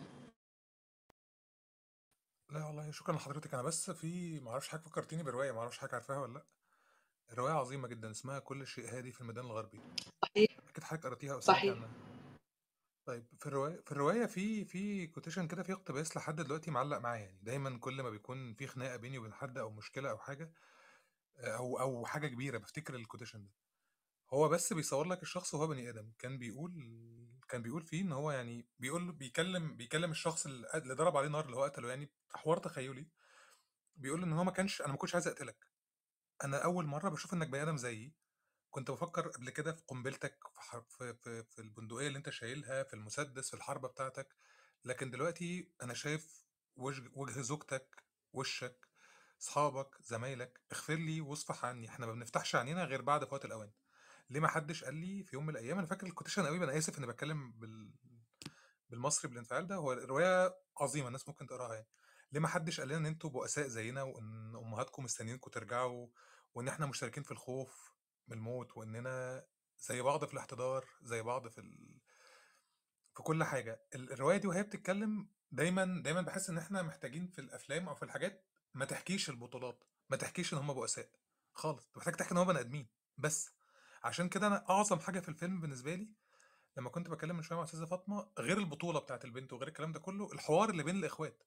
لا والله شكرا لحضرتك. انا بس في معرفش حاجة، فكرتيني برواية، معرفش حاجة عارفاها ولا لا. رواية عظيمة جدا اسمها كل شيء هادي في الميدان الغربي. صحيح اكيد حضرتك قرأتيها او سمعتي صحيح. عنها. طيب في الرواية في كوتيشن كده، في اقتباس لحد دلوقتي معلق معايا. يعني دايما كل ما بيكون في خناقة بيني وبين حد او مشكلة او حاجة او حاجة كبيرة، بفتكر الكوتيشن ده. هو بس بيصور لك الشخص وهو بني ادم. كان بيقول فيه ان هو يعني بيكلم الشخص اللي ضرب عليه نار، اللي هو قتله. يعني حوار تخيلي. بيقول ان هو انا ما كنتش عايز اقتلك، انا اول مره بشوف انك بني ادم زيي. كنت بفكر قبل كده في قنبلتك، في البندقيه اللي انت شايلها، في المسدس، في الحربه بتاعتك. لكن دلوقتي انا شايف وجه زوجتك، وشك، اصحابك، زمايلك. اغفر لي واصفح عني، احنا ما بنفتحش عنينا غير بعد فوات الاوان. ليه ما حدش قال لي في يوم من الايام؟ انا فاكر الكوتيشن قوي، انا اسف اني بتكلم بالمصري بالانفعال ده. هو الروايه عظيمه، الناس ممكن تقراها يعني. ليه ما حدش قال لنا ان انتوا بؤساء زينا، وان امهاتكم مستنيينكم ترجعوا، وان احنا مشتركين في الخوف من الموت، واننا زي بعض في الاحتضار، زي بعض في كل حاجه. الروايه دي وهي بتتكلم دايما دايما بحس ان احنا محتاجين في الافلام او في الحاجات ما تحكيش البطولات، ما تحكيش ان هم بؤساء خالص. انت محتاج تحكي ان هم بني ادمين بس. عشان كده انا اعظم حاجه في الفيلم بالنسبه لي، لما كنت بكلم من شويه مع استاذه فاطمه، غير البطوله بتاعت البنت وغير الكلام ده كله، الحوار اللي بين الاخوات.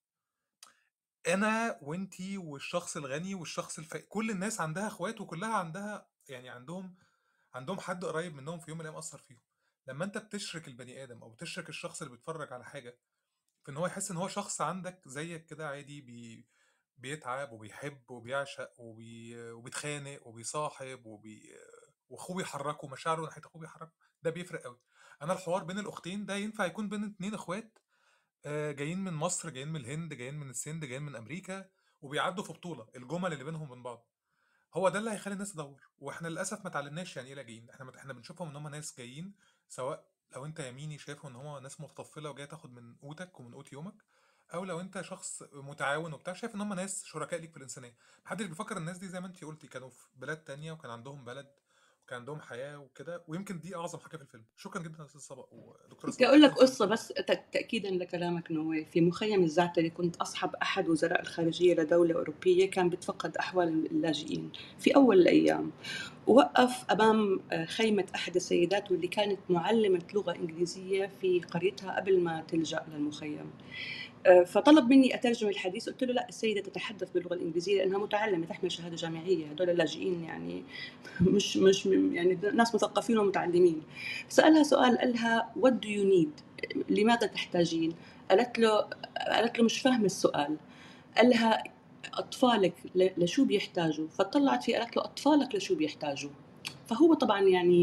انا وانتي والشخص الغني والشخص كل الناس عندها اخوات، وكلها عندها يعني عندهم حد قريب منهم في يوم من الايام اثر فيهم. لما انت بتشرك البني ادم او بتشرك الشخص اللي بيتفرج على حاجه في ان هو يحس ان هو شخص عندك زيك كده عادي، بيتعب وبيحب وبيعشق وبيتخانق وبيصاحب واخوه بيحركه، مشاعره ناحيه اخوه بيحركه، ده بيفرق قوي. انا الحوار بين الاختين ده ينفع يكون بين اتنين اخوات جايين من مصر، جايين من الهند، جايين من السند، جايين من امريكا، وبيعدوا في بطوله، الجمل اللي بينهم من بعض هو ده اللي هيخلي الناس تدور. واحنا للاسف ما اتعلمناش يعني ايه لاجئين. احنا بنشوفهم ان هم ناس جايين، سواء لو انت يميني شايفهم ان هم ناس متطفله وجايه تاخد من قوتك ومن قوت يومك، او لو انت شخص متعاون وبتاع شايف ان هم ناس شركاء ليك في الانسانيه. محدش بيفكر الناس دي زي ما انت قلتي كانوا في بلاد تانية وكان عندهم بلد وكان عندهم حياه وكده، ويمكن دي اعظم حاجه في الفيلم. شكرا جدا يا استاذ صبا ودكتوره بدي صبا. أقول لك قصة بس تأكيدا لكلامك نواف. في مخيم الزعتري كنت أصحب أحد وزراء الخارجية لدولة أوروبية كان بيتفقد أحوال اللاجئين في أول الأيام، ووقف أمام خيمة أحد السيدات واللي كانت معلمة لغة إنجليزية في قريتها قبل ما تلجأ للمخيم. فطلب مني أترجم الحديث. قلت له لا، السيدة تتحدث باللغة الإنجليزية لأنها متعلمة تحمل شهادة جامعية، هدول اللاجئين يعني مش يعني ناس مثقفين ومتعلمين. سألها سؤال، قال لها what do you need، لماذا تحتاجين؟ قالت له مش فاهمة السؤال. قال لها أطفالك لشو بيحتاجوا؟ فطلعت فيه قالت له أطفالك لشو بيحتاجوا؟ فهو طبعا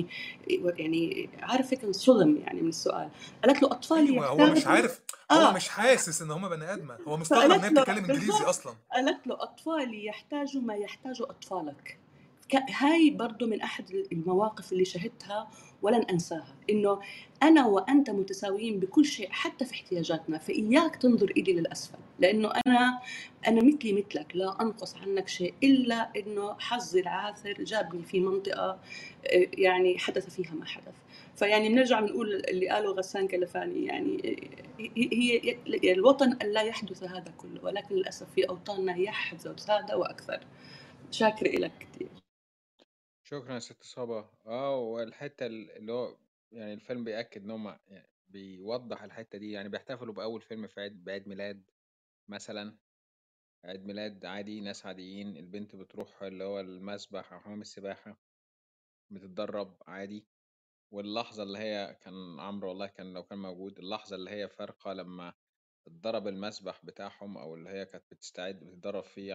يعني عارف هيك انصدم يعني من السؤال. قالت له أطفالي ايوه، هو مش يحتاجوا عارف، هو مش حاسس ان هم بني ادمه، هو مستغرب ان هي فقالت له بتتكلم انجليزي بالضبط، اصلا. قالت له أطفالي يحتاجوا ما يحتاجه أطفالك. هاي برضو من أحد المواقف اللي شهدتها ولن أنساها، إنه أنا وأنت متساويين بكل شيء حتى في احتياجاتنا، فإياك تنظر إلي للأسفل، لأنه أنا مثلي مثلك، لا أنقص عنك شيء، إلا إنه حظي العاثر جابني في منطقة يعني حدث فيها ما حدث. فيعني بنرجع بنقول اللي قاله غسان كلفاني، يعني هي الوطن أن لا يحدث هذا كله، ولكن للأسف في أوطاننا يحدث هذا وأكثر. شاكرة لك كتير. شكرا يا ست صبا. والحتة اللي هو يعني الفيلم بيأكد ان هم يعني بيوضح الحتة دي، يعني بيحتفلوا بأول فيلم في بعيد ميلاد مثلا، عيد ميلاد عادي، ناس عاديين، البنت بتروح اللي هو المسبح أو حمام السباحة بتتدرب عادي. واللحظة اللي هي كان عمرو والله كان لو كان موجود، اللحظة اللي هي فارقة لما اتضرب المسبح بتاعهم، أو اللي هي كانت بتستعد بتتدرب فيه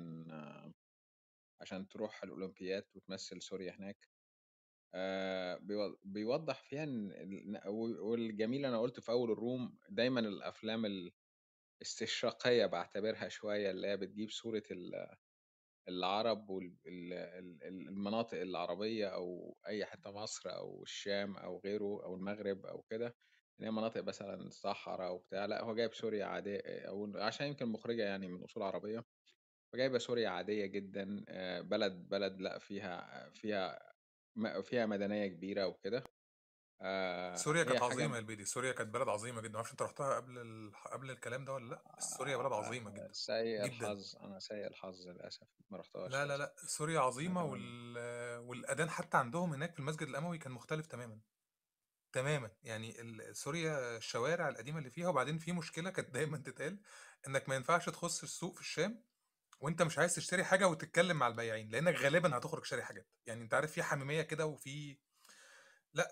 عشان تروح الأولمبياد وتمثل سوريا هناك. بيوضح فيها والجميل أنا قلت في أول الروم دايما الأفلام الاستشراقية بعتبرها شوية، اللي هي بتجيب صورة العرب والمناطق العربية أو أي حتة، مصر أو الشام أو غيره أو المغرب أو كده، إن هي مناطق مثلا صحراء وبتاع. لا، هو جايب سوريا عادية، أو عشان يمكن مخرجة يعني من أصول عربية، فجايبة سوريا عادية جدا. بلد لا فيها مدنية كبيرة وكده. سوريا هي كانت حاجة عظيمه يا البيدي، سوريا كانت بلد عظيمه جدا. معرفش انت رحتها قبل الكلام ده ولا لا، بس سوريا بلد عظيمه جدا سيء جدا. الحظ، أنا سيء الحظ للأسف ما رحتهاش لا لا للأسف. لا، سوريا عظيمه أتمنى. والاذان حتى عندهم هناك في المسجد الاموي كان مختلف تماما تماما. يعني سوريا الشوارع القديمه اللي فيها، وبعدين في مشكله كانت دايما تتقال انك ما ينفعش تخش السوق في الشام وانت مش عايز تشتري حاجه وتتكلم مع البياعين، لانك غالبا هتخرج شاري حاجات. يعني انت عارف في حميميه كده وفي، لا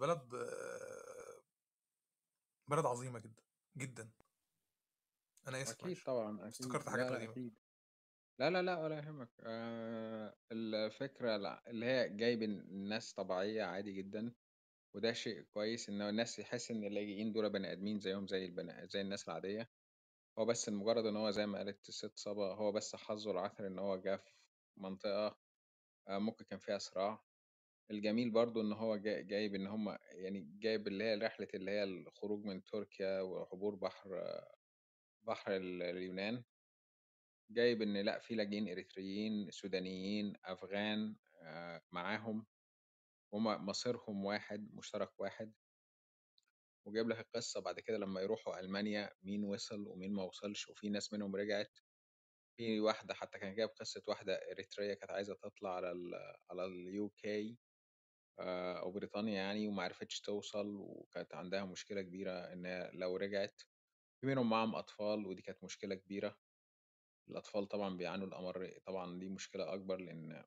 بلد عظيمه جدا جدا. انا اسف أكيد معلش، طبعا، أكيد. افتكرت لا حاجات لا، قديمه. أكيد. لا لا لا، ولا يهمك. الفكرة اللي هي جايب الناس طبيعية عادي جدا، وده شيء كويس ان الناس يحس ان اللاجئين دول بني ادمين زيهم زي الناس العادية. هو بس مجرد ان هو زي ما قالت الست صبا، هو بس حظه العثر ان هو جه في منطقة ممكن كان فيها صراع. الجميل برضو ان هو جايب ان هم يعني جايب اللي هي رحلة اللي هي الخروج من تركيا وعبور بحر اليونان. جايب ان لا، في لاجئين اريتريين، سودانيين، افغان معاهم، هما مصيرهم واحد، مشترك واحد. وجايب لك القصة بعد كده لما يروحوا ألمانيا مين وصل ومين ما وصلش، وفي ناس منهم رجعت. في واحدة حتى كان جايب قصة واحدة إريترية كانت عايزة تطلع على اليو كي أو بريطانيا يعني، وما عرفتش توصل، وكانت عندها مشكلة كبيرة إن لو رجعت. في منهم معاهم أطفال، ودي كانت مشكلة كبيرة. الأطفال طبعا بيعانوا الأمر، طبعا دي مشكلة أكبر، لأن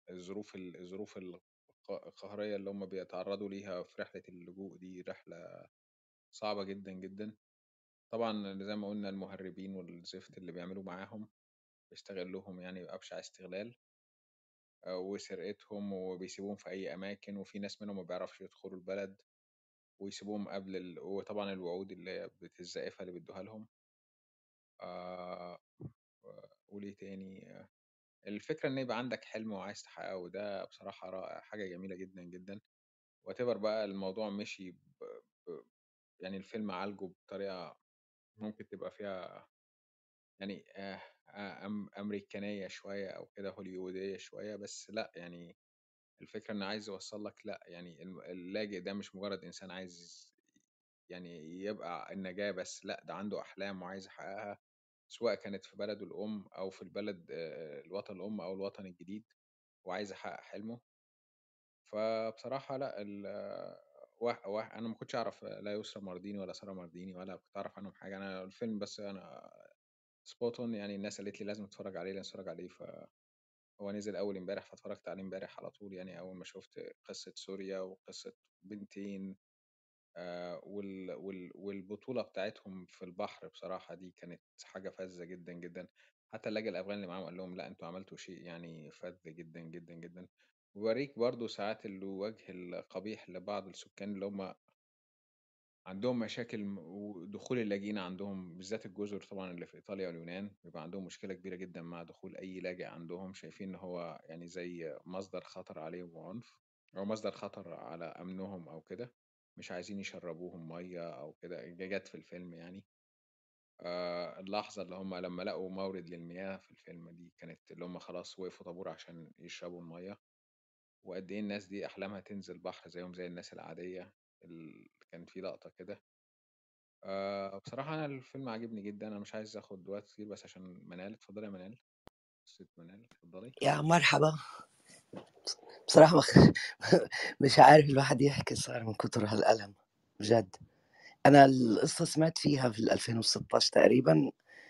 الظروف القهرية اللي هم بيتعرضوا ليها في رحلة اللجوء دي، رحلة صعبة جدا جدا. طبعا زي ما قلنا المهربين والزفت اللي بيعملوا معاهم بيستغلوهم يعني بأبشع استغلال، وسرقتهم، وبيسيبوهم في أي أماكن، وفي ناس منهم ما بيعرفش يدخلوا البلد ويسيبوهم قبل وطبعا الوعود اللي هي الزائفة اللي بيدوها لهم. آه... وليه تاني؟ الفكرة إن يبقى عندك حلم وعايز تحققه، وده بصراحة رائع، حاجة جميلة جدا جدا. واتيفر بقى الموضوع مشي ب... يعني الفيلم عالجه بطريقة ممكن تبقى فيها يعني أمريكانية شوية أو كده، هوليوودية شوية، بس لأ يعني الفكرة إن عايز يوصل لك لأ يعني اللاجئ ده مش مجرد إنسان عايز يعني يبقى النجاة بس، لأ ده عنده أحلام وعايز يحققها، سواء كانت في بلده الأم أو في البلد الوطن الأم أو الوطن الجديد، وعايز يحقق حلمه. فبصراحة لأ أنا ما كنتش أعرف لا يسرا مارديني ولا سارة مارديني، ولا كنت أعرف عنهم حاجة. أنا الفيلم بس أنا سبوتون يعني، الناس قالت لي لازم تتفرج عليه، لازم تتفرج عليه. فهو نزل أول امبارح فاتفرجت عليه امبارح على طول، يعني أول ما شفت قصة سوريا وقصة بنتين والبطولة بتاعتهم في البحر، بصراحة دي كانت حاجة فذة جدا جدا. حتى اللاجئ الأفغاني اللي معاهم قال لهم لا انتوا عملتوا شيء يعني فذ جدا جدا جدا. ووريك برضو ساعات الوجه القبيح لبعض السكان اللي هم عندهم مشاكل، ودخول اللاجئين عندهم بالذات الجزر طبعا اللي في إيطاليا واليونان بيبقى عندهم مشكلة كبيرة جدا مع دخول أي لاجئ عندهم، شايفين إن هو يعني زي مصدر خطر عليهم وعنف، أو مصدر خطر على أمنهم أو كده، مش عايزين يشربوهم مية أو كده. جت في الفيلم يعني اللحظة اللي هم لما لقوا مورد للمياه في الفيلم دي، كانت اللي هم خلاص وقفوا طابور عشان يشربوا المية، وقد إيه الناس دي أحلامها تنزل بحر زيهم زي الناس العادية. كان في لقطة كده. بصراحة أنا الفيلم عجبني جدا. أنا مش عايز أخد وقت كتير بس عشان منال. اتفضلي يا منال، ست منال اتفضلي. يا مرحبا. بصراحة مش عارف الواحد يحكي صار من كتر هالألم بجد. أنا القصة سمعت فيها في 2016 تقريبا،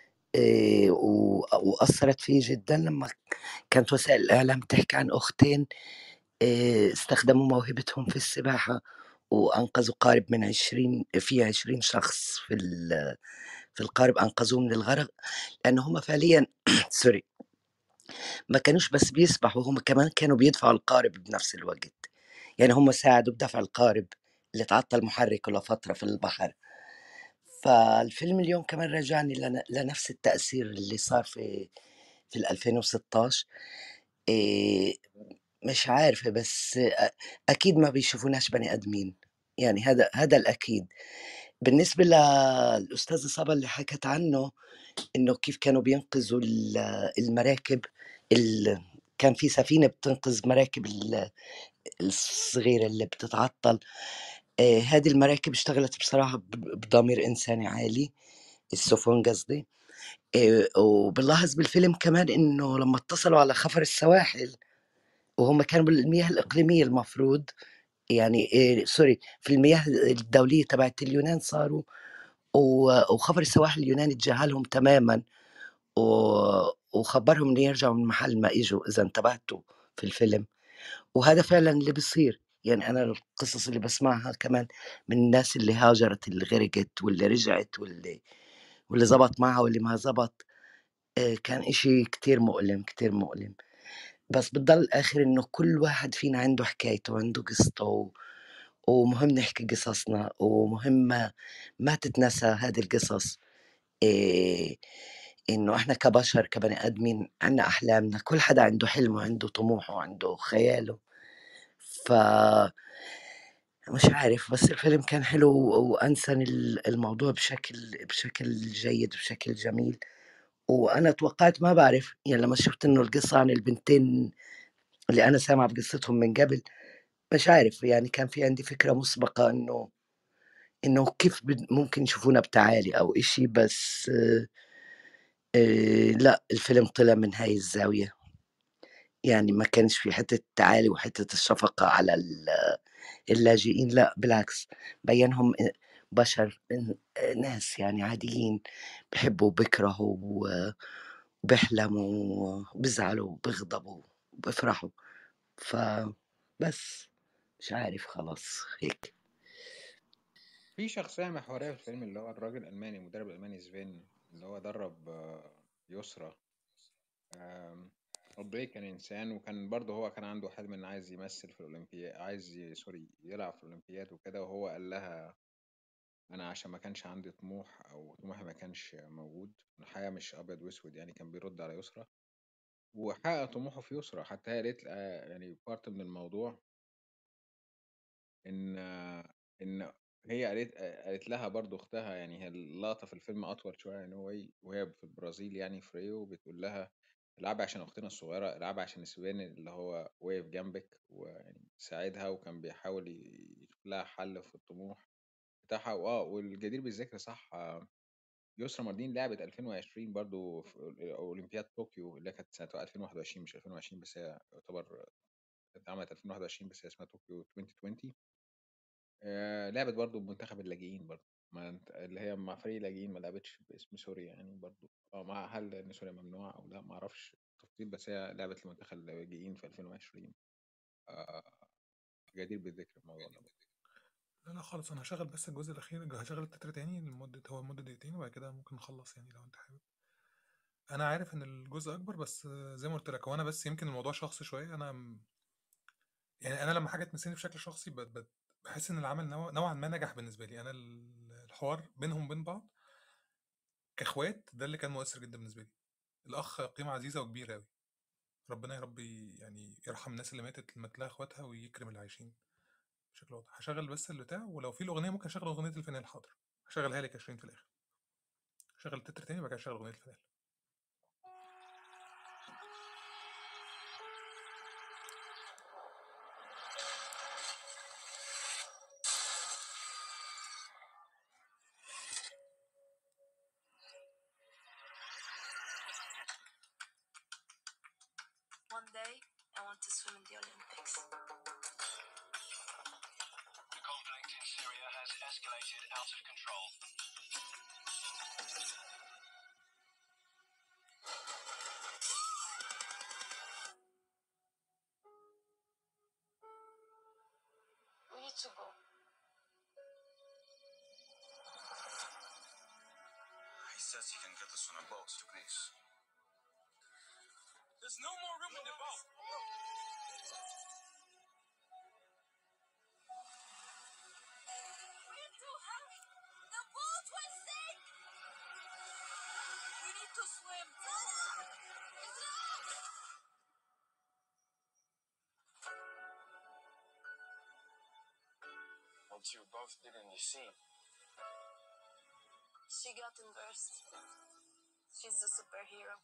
وأثرت فيه جدا لما كانت وسائل الإعلام تحكي عن أختين استخدموا موهبتهم في السباحة وأنقذوا قارب من 20 شخص في القارب، أنقذوه من الغرق، لأن هم فعليا سوري ما كانوش بس بيسبحوا، هم كمان كانوا بيدفعوا القارب بنفس الوقت. يعني هم ساعدوا بدفع القارب اللي تعطل محركه لفترة في البحر. فالفيلم اليوم كمان رجعني لنفس التأثير اللي صار في 2016. إيه مش عارفة، بس أكيد ما بيشوفوناش بني آدمين، يعني هذا الأكيد. بالنسبة للأستاذة صبا اللي حكت عنه إنه كيف كانوا بينقذوا المراكب، كان في سفينة بتنقذ مراكب الصغيرة اللي بتتعطل. هذه المراكب اشتغلت بصراحة بضمير إنساني عالي، السفن قصدي. وبنلاحظ بالفيلم كمان إنه لما اتصلوا على خفر السواحل وهم كانوا بالمياه الإقليمية المفروض، يعني سوري في المياه الدولية تبعت اليونان صاروا، وخفر السواحل اليوناني تجاهلهم تماما وخبرهم إنه يرجعوا من محل ما إجوا، إذا انتبهتوا في الفيلم. وهذا فعلا اللي بيصير. يعني أنا القصص اللي بسمعها كمان من الناس اللي هاجرت، اللي غرقت واللي رجعت واللي زبط معها واللي ما زبط، كان إشي كتير مؤلم كتير مؤلم. بس بتضل الآخر إنه كل واحد فينا عنده حكايته وعنده قصته، ومهم نحكي قصصنا، ومهم ما تتنسى هذه القصص. إيه إنه إحنا كبشر كبني آدمين عنا أحلامنا، كل حدا عنده حلمه، عنده طموحه، عنده خياله. ف مش عارف، بس الفيلم كان حلو وأنسن الموضوع بشكل جيد، بشكل جميل. وأنا توقعت، ما بعرف يعني، لما شفت إنه القصة عن البنتين اللي أنا سامعة بقصتهم من قبل، مش عارف يعني، كان في عندي فكرة مسبقة إنه كيف ممكن يشوفونا بتعالي أو إشي، بس لا، الفيلم طلع من هاي الزاوية. يعني ما كانش في حتة التعالي وحتة الشفقة على اللاجئين، لا بالعكس، بينهم بشر، ناس يعني عاديين، بحبوا وبكرهوا وبيحلموا وبزعلوا وبغضبوا وبفرحوا. فبس مش عارف خلاص هيك. في شخصية محورية في الفيلم اللي هو الراجل الألماني، المدرب الألماني سفين، اللي هو درب يسرى. قد كان إنسان، وكان برضه هو كان عنده حلم إن عايز يمثل في الأولمبياد، سوري يلعب في الأولمبياد وكده، وهو قال لها أنا عشان ما كانش عندي طموح أو طموحي ما كانش موجود، الحياة مش أبيض وأسود يعني. كان بيرد على يسرى وحقق طموحه في يسرى. حتى هي قالت يعني بارت من الموضوع إن هي قالت لها برضو أختها، يعني هي اللقطة في الفيلم أطول شوية، إن هو وهي في البرازيل يعني في ريو، بتقول لها العبي عشان أختنا الصغيرة، العبي عشان السودان اللي هو واقف جنبك ويعني ساعدها، وكان بيحاول يشوف لها حل في الطموح بتاعها. والجدير بالذكر صح، يسرا ماردين لعبت 2020 برضو في أولمبياد طوكيو، اللي كانت سنة 2021 مش 2020، بس هي يعتبر اتعملت 2021 بس هي اسمها طوكيو 2020. لعبت برضو بمنتخب اللاجئين برضو، اللي هي مع فريق اللاجئين، ما لعبتش باسم سوريا يعني برضو. مع هل ان سوريا ممنوعة او لا ما اعرفش التفاصيل، بس هي لعبت لمنتخب اللاجئين في 2020. آه، جدير بالذكر الموضوع ده برضو. لا خالص، انا هشغل بس الجزء الاخير، هشغل التتر تاني هو مدة دقيقتين، وبعد كده ممكن نخلص يعني لو انت حابب. انا عارف ان الجزء اكبر، بس زي ما قلت لك، هو انا بس يمكن الموضوع شخصي شويه. يعني انا لما حاجه تمسني بشكل شخصي بحس ان العمل نوعا ما نجح بالنسبه لي. انا الحوار بينهم وبين بعض كاخوات ده اللي كان مؤثر جدا بالنسبه لي. الاخ قيمه عزيزه وكبيره قوي. ربنا يا رب يعني يرحم الناس اللي ماتت لما تلاقي اخواتها، ويكرم اللي عايشين بشكل واضح. هشغل بس البتاع، ولو في الاغنيه ممكن اشغل اغنيه الفينال. حاضر، هشغلها لك 20 في الاخر. شغل التتر تاني وبعد كده اشغل اغنيه الفينال. One day, I want to swim in the Olympics. The conflict in Syria has escalated out of control. We need to go. He says he can get us on a boat to Greece. There's no more room in the boat. We're too heavy. The boat will sink. We need to swim. What you both did in the sea. She got immersed. She's a superhero.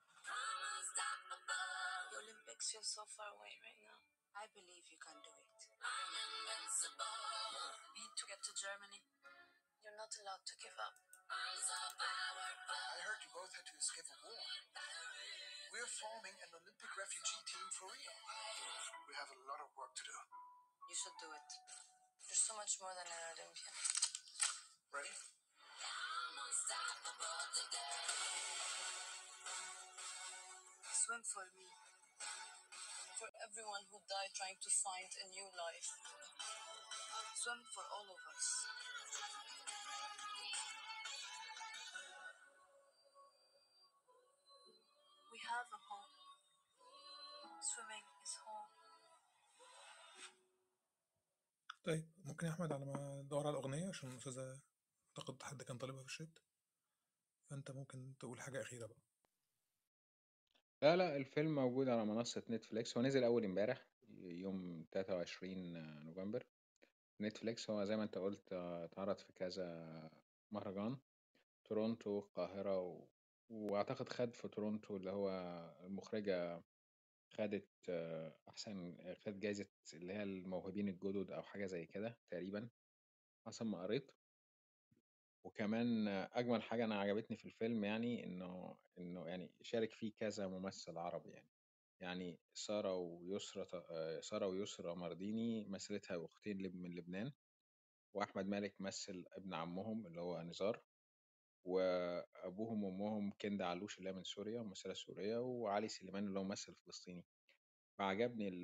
The Olympics feel so far away right now. I believe you can do it. We need to get to Germany. You're not allowed to give up. I heard you both had to escape a war. We're forming an Olympic refugee team for Rio. We have a lot of work to do. You should do it. You're so much more than an Olympian. Ready? Swim for me. For everyone who died trying to find a new life. Swim for all of us. We have a home. Swimming is home. طيب ممكن يا احمد على ما ندور على الاغنيه، عشان الاستاذه اعتقد حد كان طالبها في الشات، فانت ممكن تقول حاجه اخيره بقى. لا الفيلم موجود على منصة نتفليكس. هو نزل أول امبارح يوم 23 نوفمبر نتفليكس. هو زي ما انت قلت اتعرض في كذا مهرجان، تورونتو، القاهرة واعتقد خد في تورونتو اللي هو المخرجة خدت احسن، خد جايزة اللي هي الموهوبين الجدد او حاجة زي كده تقريبا حسب ما قريت. وكمان اجمل حاجة انا عجبتني في الفيلم يعني انه يعني شارك فيه كذا ممثل عربي يعني سارة ويسرى مارديني مثلتها اختين من لبنان، واحمد مالك مثل ابن عمهم اللي هو نزار، وابوهم وامهم كندا علوش اللي هي من سوريا ممثله سوريه، وعلي سليمان اللي هو ممثل فلسطيني. فعجبني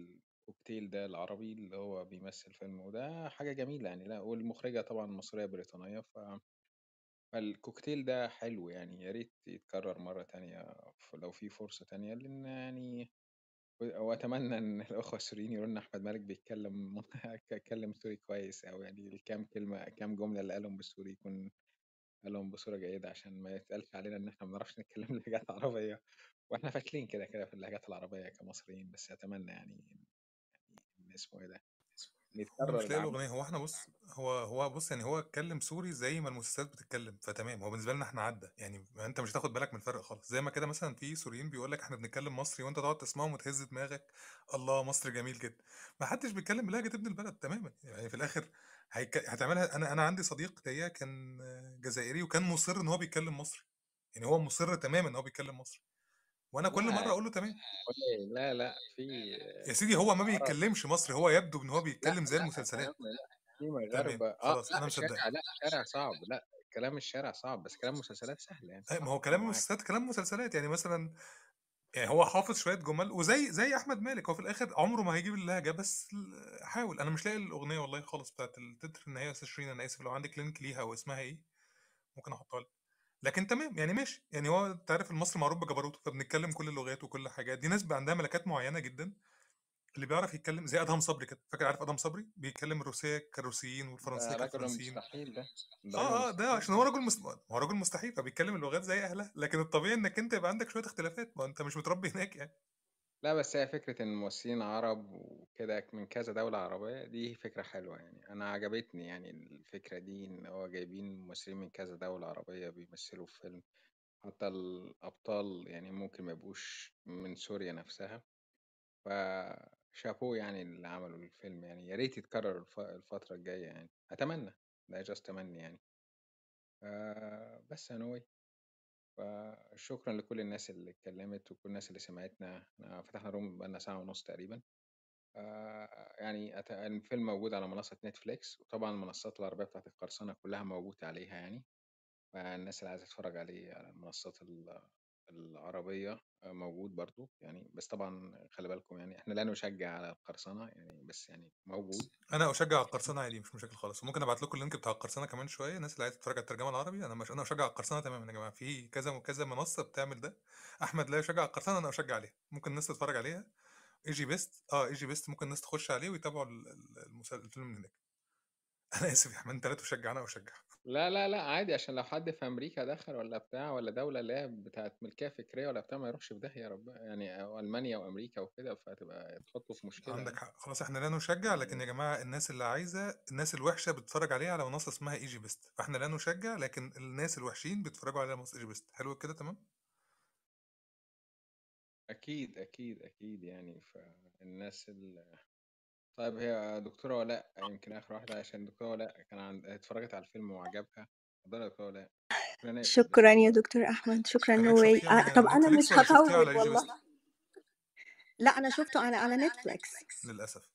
كوكتيل ده العربي اللي هو بيمثل فيلم، وده حاجة جميلة يعني. لا، والمخرجة طبعا مصرية بريطانية، فالكوكتيل ده حلو يعني. يا ريت يتكرر مرة تانية لو في فرصة تانية، لأن يعني وأتمنى إن الأخوة السوريين يقولوا لنا أحمد مالك بيتكلم سوري كويس، أو يعني الكام كلمة كام جملة اللي قالهم بالسوري يكون قالهم بصورة جيدة، عشان ما يتقالش علينا إن إحنا ما بنعرفش نتكلم لهجات عربية، وإحنا فاشلين كده كده في اللهجات العربية كمصريين. بس أتمنى يعني إن اسمه إيه ده هو يتكرر مش لاقي العمل. الاغنيه. هو احنا بص، هو بص يعني هو اتكلم سوري زي ما المسلسلات بتتكلم، فتمام. هو بالنسبه لنا احنا عدى يعني، ما انت مش هتاخد بالك من الفرق خالص. زي ما كده مثلا في سوريين بيقول لك احنا بنتكلم مصري، وانت تقعد تسمعهم وتهز دماغك، الله مصر جميل جدا. ما حدش بيتكلم بلهجه ابن البلد تماما يعني. في الاخر هتعملها. انا عندي صديق ليا كان جزائري، وكان مصر ان هو بيتكلم مصري. يعني هو مصر تماما ان هو بيتكلم مصري، وانا كل مره لا اقول له تمام لا لا، في يا سيدي. هو ما عرب. بيتكلمش مصري، هو يبدو ان هو لا بيتكلم زي لا يا عم، المسلسلات. لا، في تمام مغاربة. خلاص، لا انا شارع، مصدقك. لا شارع صعب. لا، كلام الشارع صعب، بس كلام مسلسلات سهل يعني. ما صح، هو أنا كلام معاك. المسلسلات كلام مسلسلات يعني. مثلا يعني هو حافظ شويه جمل، وزي احمد مالك. هو في الاخر عمره ما هيجيب اللهجه، بس حاول. انا مش لاقي الاغنيه والله خالص بتاعت التتر، ان هي استاذ شيرين. انا اسف، لو عندك لينك ليها او اسمها ايه ممكن احطها لك. لكن تمام يعني ماشي يعني. هو انت عارف المصري معروف بجبروته، فبنتكلم كل اللغات وكل حاجه. دي ناس بقى عندها ملكات معينه جدا. اللي بيعرف يتكلم زي ادهم صبري كده، فاكر؟ عارف ادهم صبري بيتكلم الروسيه كالروسيين والفرنسيه ده رجل كالفرنسيين. مستحيل، ده رجل اه ده مستحيل. عشان هو هو راجل مستحيل، فبيتكلم اللغات زي اهلها. لكن الطبيعي انك انت يبقى عندك شويه اختلافات، ما انت مش متربي هناك يعني. لا، بس هي فكرة إن ممثلين عرب وكده من كذا دولة عربية، دي فكرة حلوة يعني. أنا عجبتني يعني الفكرة دي، إن هو جايبين ممثلين من كذا دولة عربية بيمثلوا في فيلم. حتى الأبطال يعني ممكن ما يبقوش من سوريا نفسها. فشابوه يعني اللي عملوا الفيلم يعني. يا ريت يتكرر الفترة الجاية يعني. أتمنى، ده جاست تمني يعني. بس أنا فشكرا لكل الناس اللي اتكلمت وكل الناس اللي سمعتنا. احنا فتحنا روم بقالنا ساعة ونص تقريبا. يعني الفيلم موجود على منصة نتفليكس، وطبعا المنصات العربية بتاعت القرصنة كلها موجودة عليها يعني. فالناس اللي عايزة تتفرج عليه على المنصات العربية موجود برضو يعني. بس طبعا خلي بالكم يعني، احنا لا نشجع على القرصنة يعني، بس يعني موجود. انا اشجع القرصنه عادي، مش مشاكل خالص. وممكن ابعت لكم اللينك بتاع القرصنه كمان شويه. الناس اللي عايزه تتفرج على الترجمه العربي، انا اشجع القرصنه تماما يا جماعه. في كذا وكذا منصه بتعمل ده. احمد لا يشجع القرصنه، انا اشجع عليها. ممكن الناس تتفرج عليها. ايجي بيست، ايجي بيست ممكن الناس تخش عليه ويتابعوا الفيلم من هناك. انا اسف يا احمد، انت لا تشجع، انا اشجع. لا لا لا، عادي. عشان لو حد في امريكا دخل ولا بتاع، ولا دولة اللي هي بتاعت ملكية فكرية ولا بتاع، ما يروحش في داهية يا رب يعني. أو المانيا وامريكا وكده، فتبقى تحطه في مشكلة عندك يعني. حق خلاص، احنا لا نشجع. لكن يا جماعه الناس اللي عايزه، الناس الوحشه بتتفرج عليها على منصه اسمها ايجي بيست. فاحنا لا نشجع، لكن الناس الوحشين بيتفرجوا عليها على منصه ايجي بيست. حلو كده تمام. اكيد اكيد اكيد يعني. فالناس طيب، هي دكتورة ولاء يمكن اخر واحدة، عشان دكتورة ولاء اتفرجت على الفيلم وعجبها. اتفضلي يا دكتورة ولاء. شكرا نتفليكس. شكرا يا دكتور أحمد، شكرا حاجات نوي. شفتيها من طب أنا نتفليكس مش ولا شفتيها على هطول ايجي والله. بيست؟ لا أنا شفته على نتفليكس. للاسف.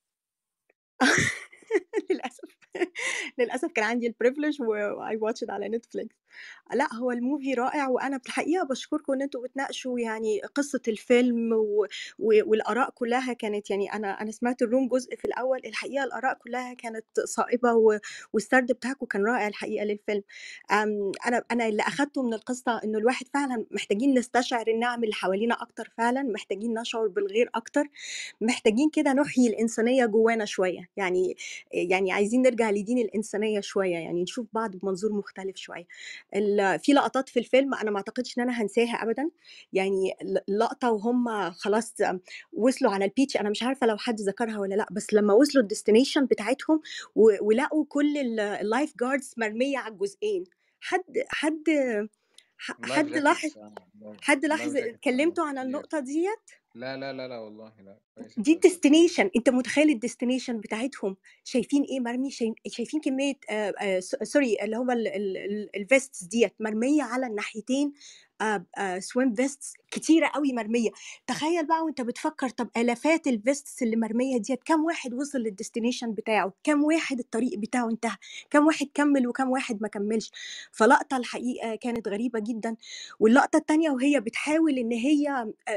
للأسف. للأسف كان عندي البريفليج وآي واتشد على نتفليكس. لا هو الموفي رائع، وأنا بالحقيقة بشكركم إن أنتوا بتناقشوا يعني قصة الفيلم والآراء كلها كانت يعني. أنا سمعت الروم جزء في الأول، الحقيقة الآراء كلها كانت صائبة والسرد بتاعكم كان رائع الحقيقة للفيلم. أنا اللي أخدته من القصة إنه الواحد فعلا محتاجين نستشعر النعم اللي حوالينا أكتر، فعلا محتاجين نشعر بالغير أكتر، محتاجين كده نحيي الإنسانية جوانا شوية يعني عايزين نرجع لدين الإنسانية شوية، يعني نشوف بعض بمنظور مختلف شوية. في لقطات في الفيلم أنا ما أعتقدش إن أنا هنساها أبدا. يعني لقطة وهم خلاص وصلوا على البيتش، أنا مش عارفة لو حد ذكرها ولا لأ، بس لما وصلوا الديستنيشن بتاعتهم ولقوا كل اللايف جاردز مرمية على الجزئين. حد اللايف حد لاحظ جاكيتس. حد اللايف لاحظ جاكيتس اتكلمتوا عن كتير. النقطة ديت؟ لا لا لا لا والله، لا كويس انت دي قلت. الديستنيشن. انت متخيل الديستنيشن بتاعتهم شايفين ايه مرمي؟ شايفين كميه سوري اللي هم الفيستس ديت مرميه على الناحيتين. سويم فيستس كتيره قوي مرميه. تخيل بقى وانت بتفكر، طب الافات الفيستس اللي مرميه ديت، كم واحد وصل للديستنيشن بتاعه؟ كم واحد الطريق بتاعه انتهى؟ كم واحد كمل وكم واحد ما كملش؟ فلقطه الحقيقه كانت غريبه جدا. واللقطه الثانيه تانية وهي بتحاول إن هي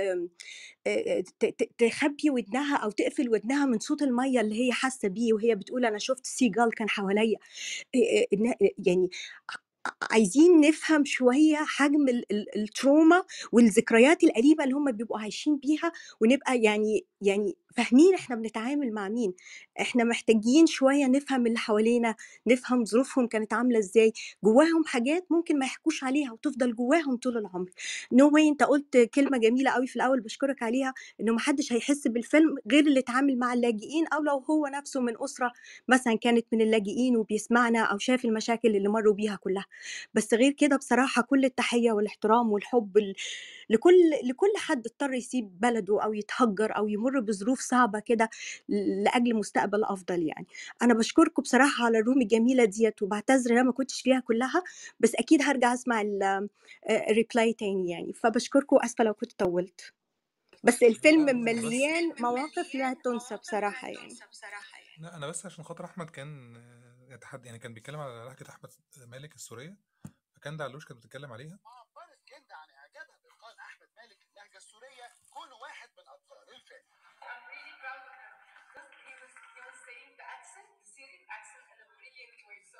تخبي ودنها أو تقفل ودنها من صوت المية اللي هي حاسة بيه، وهي بتقول أنا شفت سيجال كان حواليا. يعني عايزين نفهم شوية حجم التروما والذكريات الأليمة اللي هم بيبقوا عايشين بيها، ونبقى يعني فاهمين احنا بنتعامل مع مين. احنا محتاجين شوية نفهم اللي حوالينا، نفهم ظروفهم كانت عاملة ازاي، جواهم حاجات ممكن ما يحكوش عليها وتفضل جواهم طول العمر. نو واي، انت قلت كلمة جميلة قوي في الأول بشكرك عليها، انه محدش هيحس بالفيلم غير اللي اتعامل مع اللاجئين، او لو هو نفسه من أسرة مثلا كانت من اللاجئين وبيسمعنا او شاف المشاكل اللي مروا بيها كلها. بس غير كده بصراحة كل التحية والاحترام والحب لكل حد اضطر يسيب بلده أو يتهجر أو يمر بظروف صعبة كده لأجل مستقبل أفضل. يعني أنا بشكركم بصراحة على الروم الجميلة ديت، وبعتذر أنا ما كنتش فيها كلها، بس أكيد هرجع أسمع الريبلاي تاني يعني. فبشكركم وأسفة لو كنت طولت، بس لا الفيلم أنا بس مليان مواقف لا تنسى بصراحة يعني. لا أنا بس عشان خاطر أحمد كان يتحدى، يعني كان بيتكلم على لهجة أحمد مالك السورية، فكان دعلوش كانت بتتكلم عليها. عبرت كندا عن اعجابها بإتقان احمد مالك اللهجه السوريه كل واحد من ابطال الفيلم. I'm really proud of him because he was saying the accent, the Syrian accent in a brilliant way. So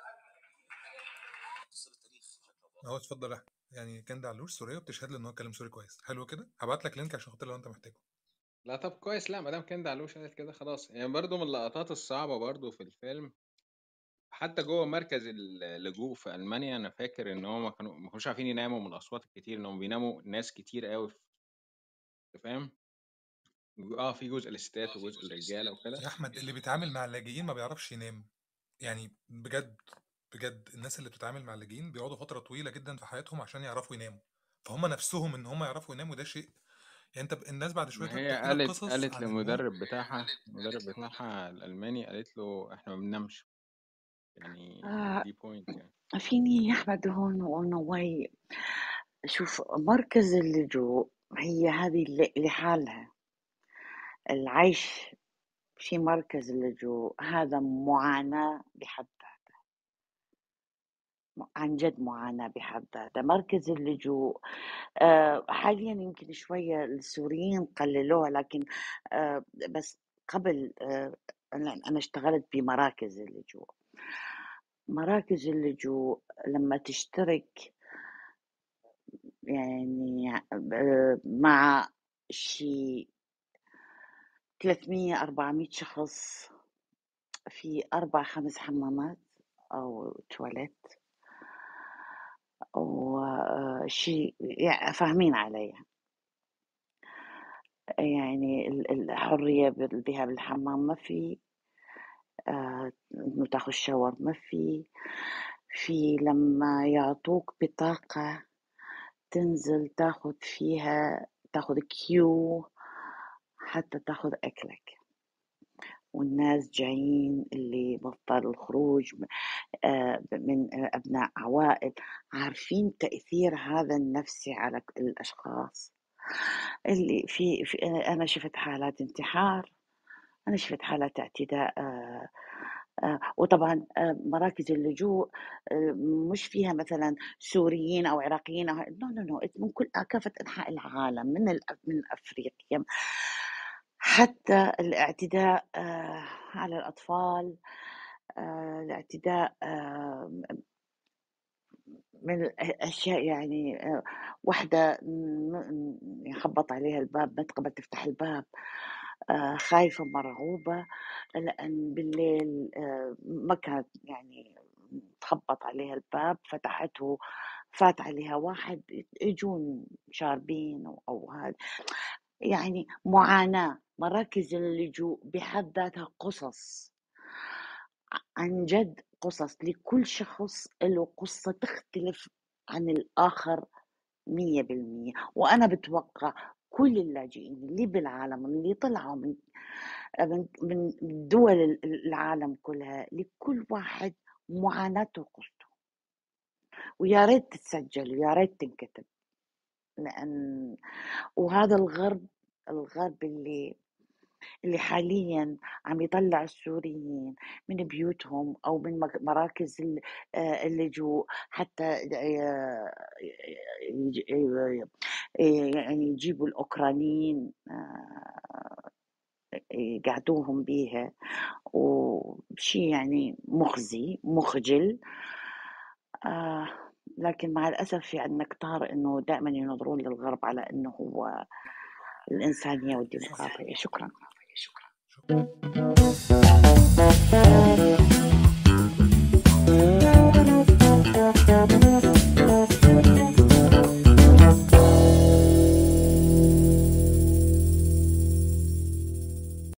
هو اتفضل أحمد، يعني كان دعلوش سورية وبتشهد له إن هو اتكلم سوري كويس. حلو كده، هبعت لك لينك عشان خاطر لو أنت محتاجه. لا طب كويس، لا مدام كندا علوش قالت كده خلاص. يعني برضو من اللقطات الصعبة برضو في الفيلم، حتى جوه مركز اللجوء في ألمانيا، أنا فاكر إن هو ما كانوش عارفين يناموا من الأصوات الكتير، إنهم بيناموا ناس كتير قوي فاهم؟ في جزء للستات وجزء للرجالة وكده. يا أحمد اللي بيتعامل مع اللاجئين ما بيعرفش ينام، يعني بجد بجد الناس اللي بتتعامل مع اللاجئين بيقعدوا فترة طويلة جدا في حياتهم عشان يعرفوا يناموا، فهم نفسهم إن هم يعرفوا يناموا ده شيء. يعني أنت الناس بعد شوية ما هي تحكي لك قصص قالت عن الموت. المدرب بتاعها الألماني، قالت له إحنا ما بننامش. يعني دي بوينت يعني. فيني يا أحمد هون ونواي، شوف مركز اللجوء هي هذه لحالها. العيش في مركز اللجوء هذا معاناة بحد ذاتها، عن جد معاناة بحد ذاتها. مركز اللجوء حاليا يمكن شوية السوريين قللوها، لكن بس قبل أنا اشتغلت بمراكز اللجوء. مراكز اللجوء لما تشترك يعني مع شي 300-400 شخص في 4-5 حمامات أو تواليت وشي، يعني فاهمين علي، يعني الحرية بالذهاب للحمام ما في، إنه تاخد شاور ما في لما يعطوك بطاقة تنزل تاخد فيها، تاخد كيو حتى تاخد أكلك، والناس جايين اللي مضطر الخروج من أبناء عوائل، عارفين تأثير هذا النفسي على الأشخاص اللي في أنا شفت حالات انتحار، أنا شفت حالات اعتداء وطبعا مراكز اللجوء مش فيها مثلا سوريين أو عراقيين نو من كل كافة أنحاء العالم، من أفريقيا. حتى الاعتداء على الأطفال، الاعتداء من الأشياء، يعني واحدة يخبط عليها الباب ما تقبل تفتح الباب، خايفة مرعوبة، لأن بالليل ما كانت يعني تخبط عليها الباب، فتحته فات عليها واحد، يجون شاربين أو هذا، يعني معاناة. مراكز اللجوء بحد ذاتها قصص، عن جد قصص، لكل شخص له قصة تختلف عن الآخر 100%. وأنا بتوقع كل اللاجئين اللي بالعالم اللي طلعوا من دول العالم كلها، لكل واحد معاناته وقصته، ويا ريت تتسجل ويا ريت تنكتب، لأن وهذا الغرب اللي حاليا عم يطلع السوريين من بيوتهم أو من مراكز اللجوء حتى يعني يجيبوا الأوكرانيين يقعدوهم بيها، وشي يعني مخزي مخجل. لكن مع الأسف في عندنا كتار إنه دائما ينظرون للغرب على إنه هو الإنسانية والديمقراطية. شكرا.